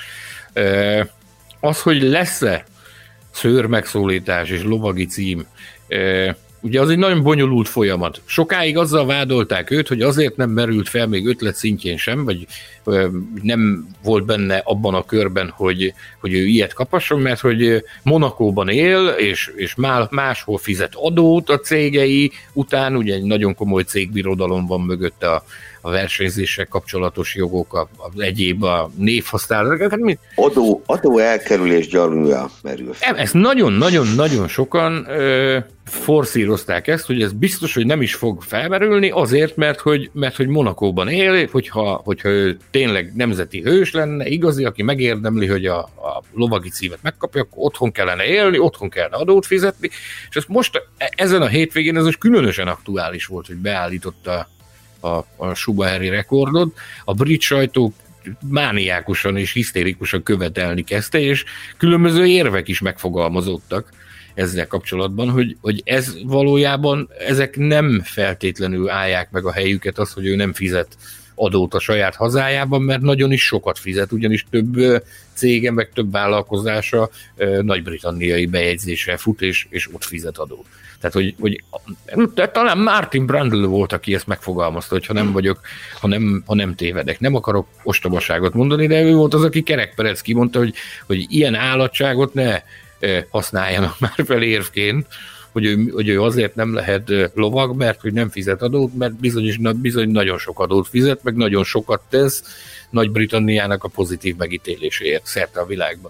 [SPEAKER 3] Az, hogy lesz-e szőrmegszólítás és lovagi cím, ugye az egy nagyon bonyolult folyamat. Sokáig azzal vádolták őt, hogy azért nem merült fel még ötlet szintjén sem, vagy nem volt benne abban a körben, hogy ő ilyet kapasson, mert hogy Monacóban él, és máshol fizet adót a cégei után, ugye egy nagyon komoly cégbirodalom van mögött a versenyzéssel kapcsolatos jogok, az egyéb a névhasználat.
[SPEAKER 4] Adó elkerülés gyanúja merül.
[SPEAKER 3] Ezt nagyon-nagyon-nagyon sokan forszírozták ezt, hogy ez biztos, hogy nem is fog felmerülni, azért, mert hogy Monacóban él, hogyha ő tényleg nemzeti hős lenne, igazi, aki megérdemli, hogy a lovagi címet megkapja, akkor otthon kellene élni, otthon kellene adót fizetni, és ez most ezen a hétvégén ez most különösen aktuális volt, hogy beállította a Schumacheri rekordot. A brit sajtó mániákusan és hisztérikusan követelni kezdte, és különböző érvek is megfogalmazódtak ezzel kapcsolatban, hogy ez valójában, ezek nem feltétlenül állják meg a helyüket, az, hogy ő nem fizet adót a saját hazájában, mert nagyon is sokat fizet, ugyanis több cége, meg több vállalkozása nagy-britanniai bejegyzéssel fut, és ott fizet adót. Tehát, hogy talán Martin Brundle volt, aki ezt megfogalmazta, hogy ha nem tévedek. Nem akarok ostobaságot mondani, de ő volt az, aki Kerekperec kimondta, hogy ilyen állatságot ne használjanak már fel érvként, hogy ő azért nem lehet lovag, mert hogy nem fizet adót, mert bizony nagyon sok adót fizet, meg nagyon sokat tesz Nagy-Britanniának a pozitív megítéléséért szerte a világban.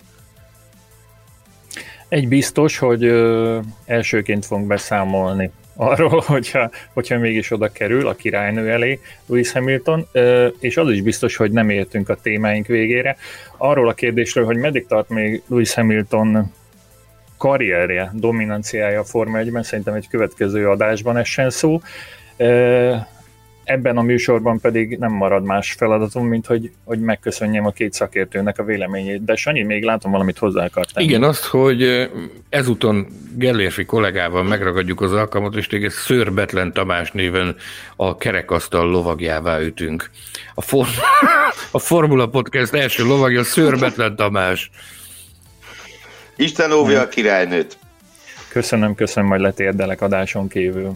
[SPEAKER 2] Egy biztos, hogy elsőként fogunk beszámolni arról, hogyha mégis oda kerül a királynő elé Lewis Hamilton, és az is biztos, hogy nem értünk a témáink végére. Arról a kérdésről, hogy meddig tart még Lewis Hamilton karrierje, dominanciája a Forma 1-ben, szerintem egy következő adásban essen szó. Ebben a műsorban pedig nem marad más feladatom, mint hogy megköszönjem a két szakértőnek a véleményét. De Sanyi, még látom valamit hozzá akart tenni.
[SPEAKER 3] Igen, azt, hogy ezúton Gellérfi kollégával megragadjuk az alkalmat, és téged Szőr Bethlen Tamás néven a kerekasztal lovagjává ütünk. A Formula Podcast első lovagja Szőr Bethlen Tamás.
[SPEAKER 4] Isten óvja a királynőt!
[SPEAKER 2] Köszönöm, majd letérdelek adáson kívül.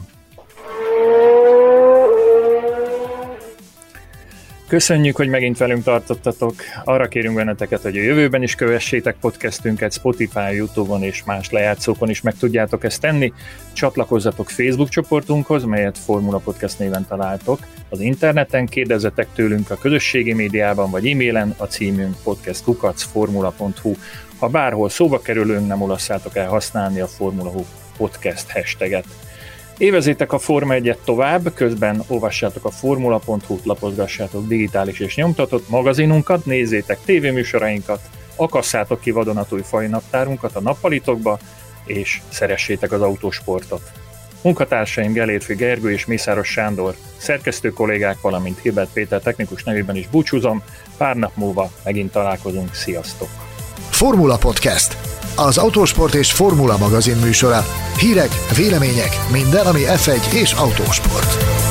[SPEAKER 2] Köszönjük, hogy megint velünk tartottatok. Arra kérünk benneteket, hogy a jövőben is kövessétek podcastünket Spotify, YouTube-on és más lejátszókon is meg tudjátok ezt tenni. Csatlakozzatok Facebook csoportunkhoz, melyet Formula Podcast néven találtok az interneten, kérdezzetek tőlünk a közösségi médiában vagy e-mailen, a címünk podcast@formula.hu. Ha bárhol szóba kerülünk, nem olasszátok el használni a Formula Podcast hashtaget. Évezzétek a Forma 1-et tovább, közben olvassátok a formula.hu-t, lapozgassátok digitális és nyomtatott magazinunkat, nézzétek tévéműsorainkat, akasszátok ki vadonatúj fai naptárunkat a nappalitokba, és szeressétek az autósportot. Munkatársaim Gellérfi Gergő és Mészáros Sándor, szerkesztő kollégák, valamint Hilbert Péter technikus nevében is búcsúzom, pár nap múlva megint találkozunk, sziasztok!
[SPEAKER 1] Formula Podcast, az autósport és formula magazin műsora. Hírek, vélemények, minden, ami F1 és autósport.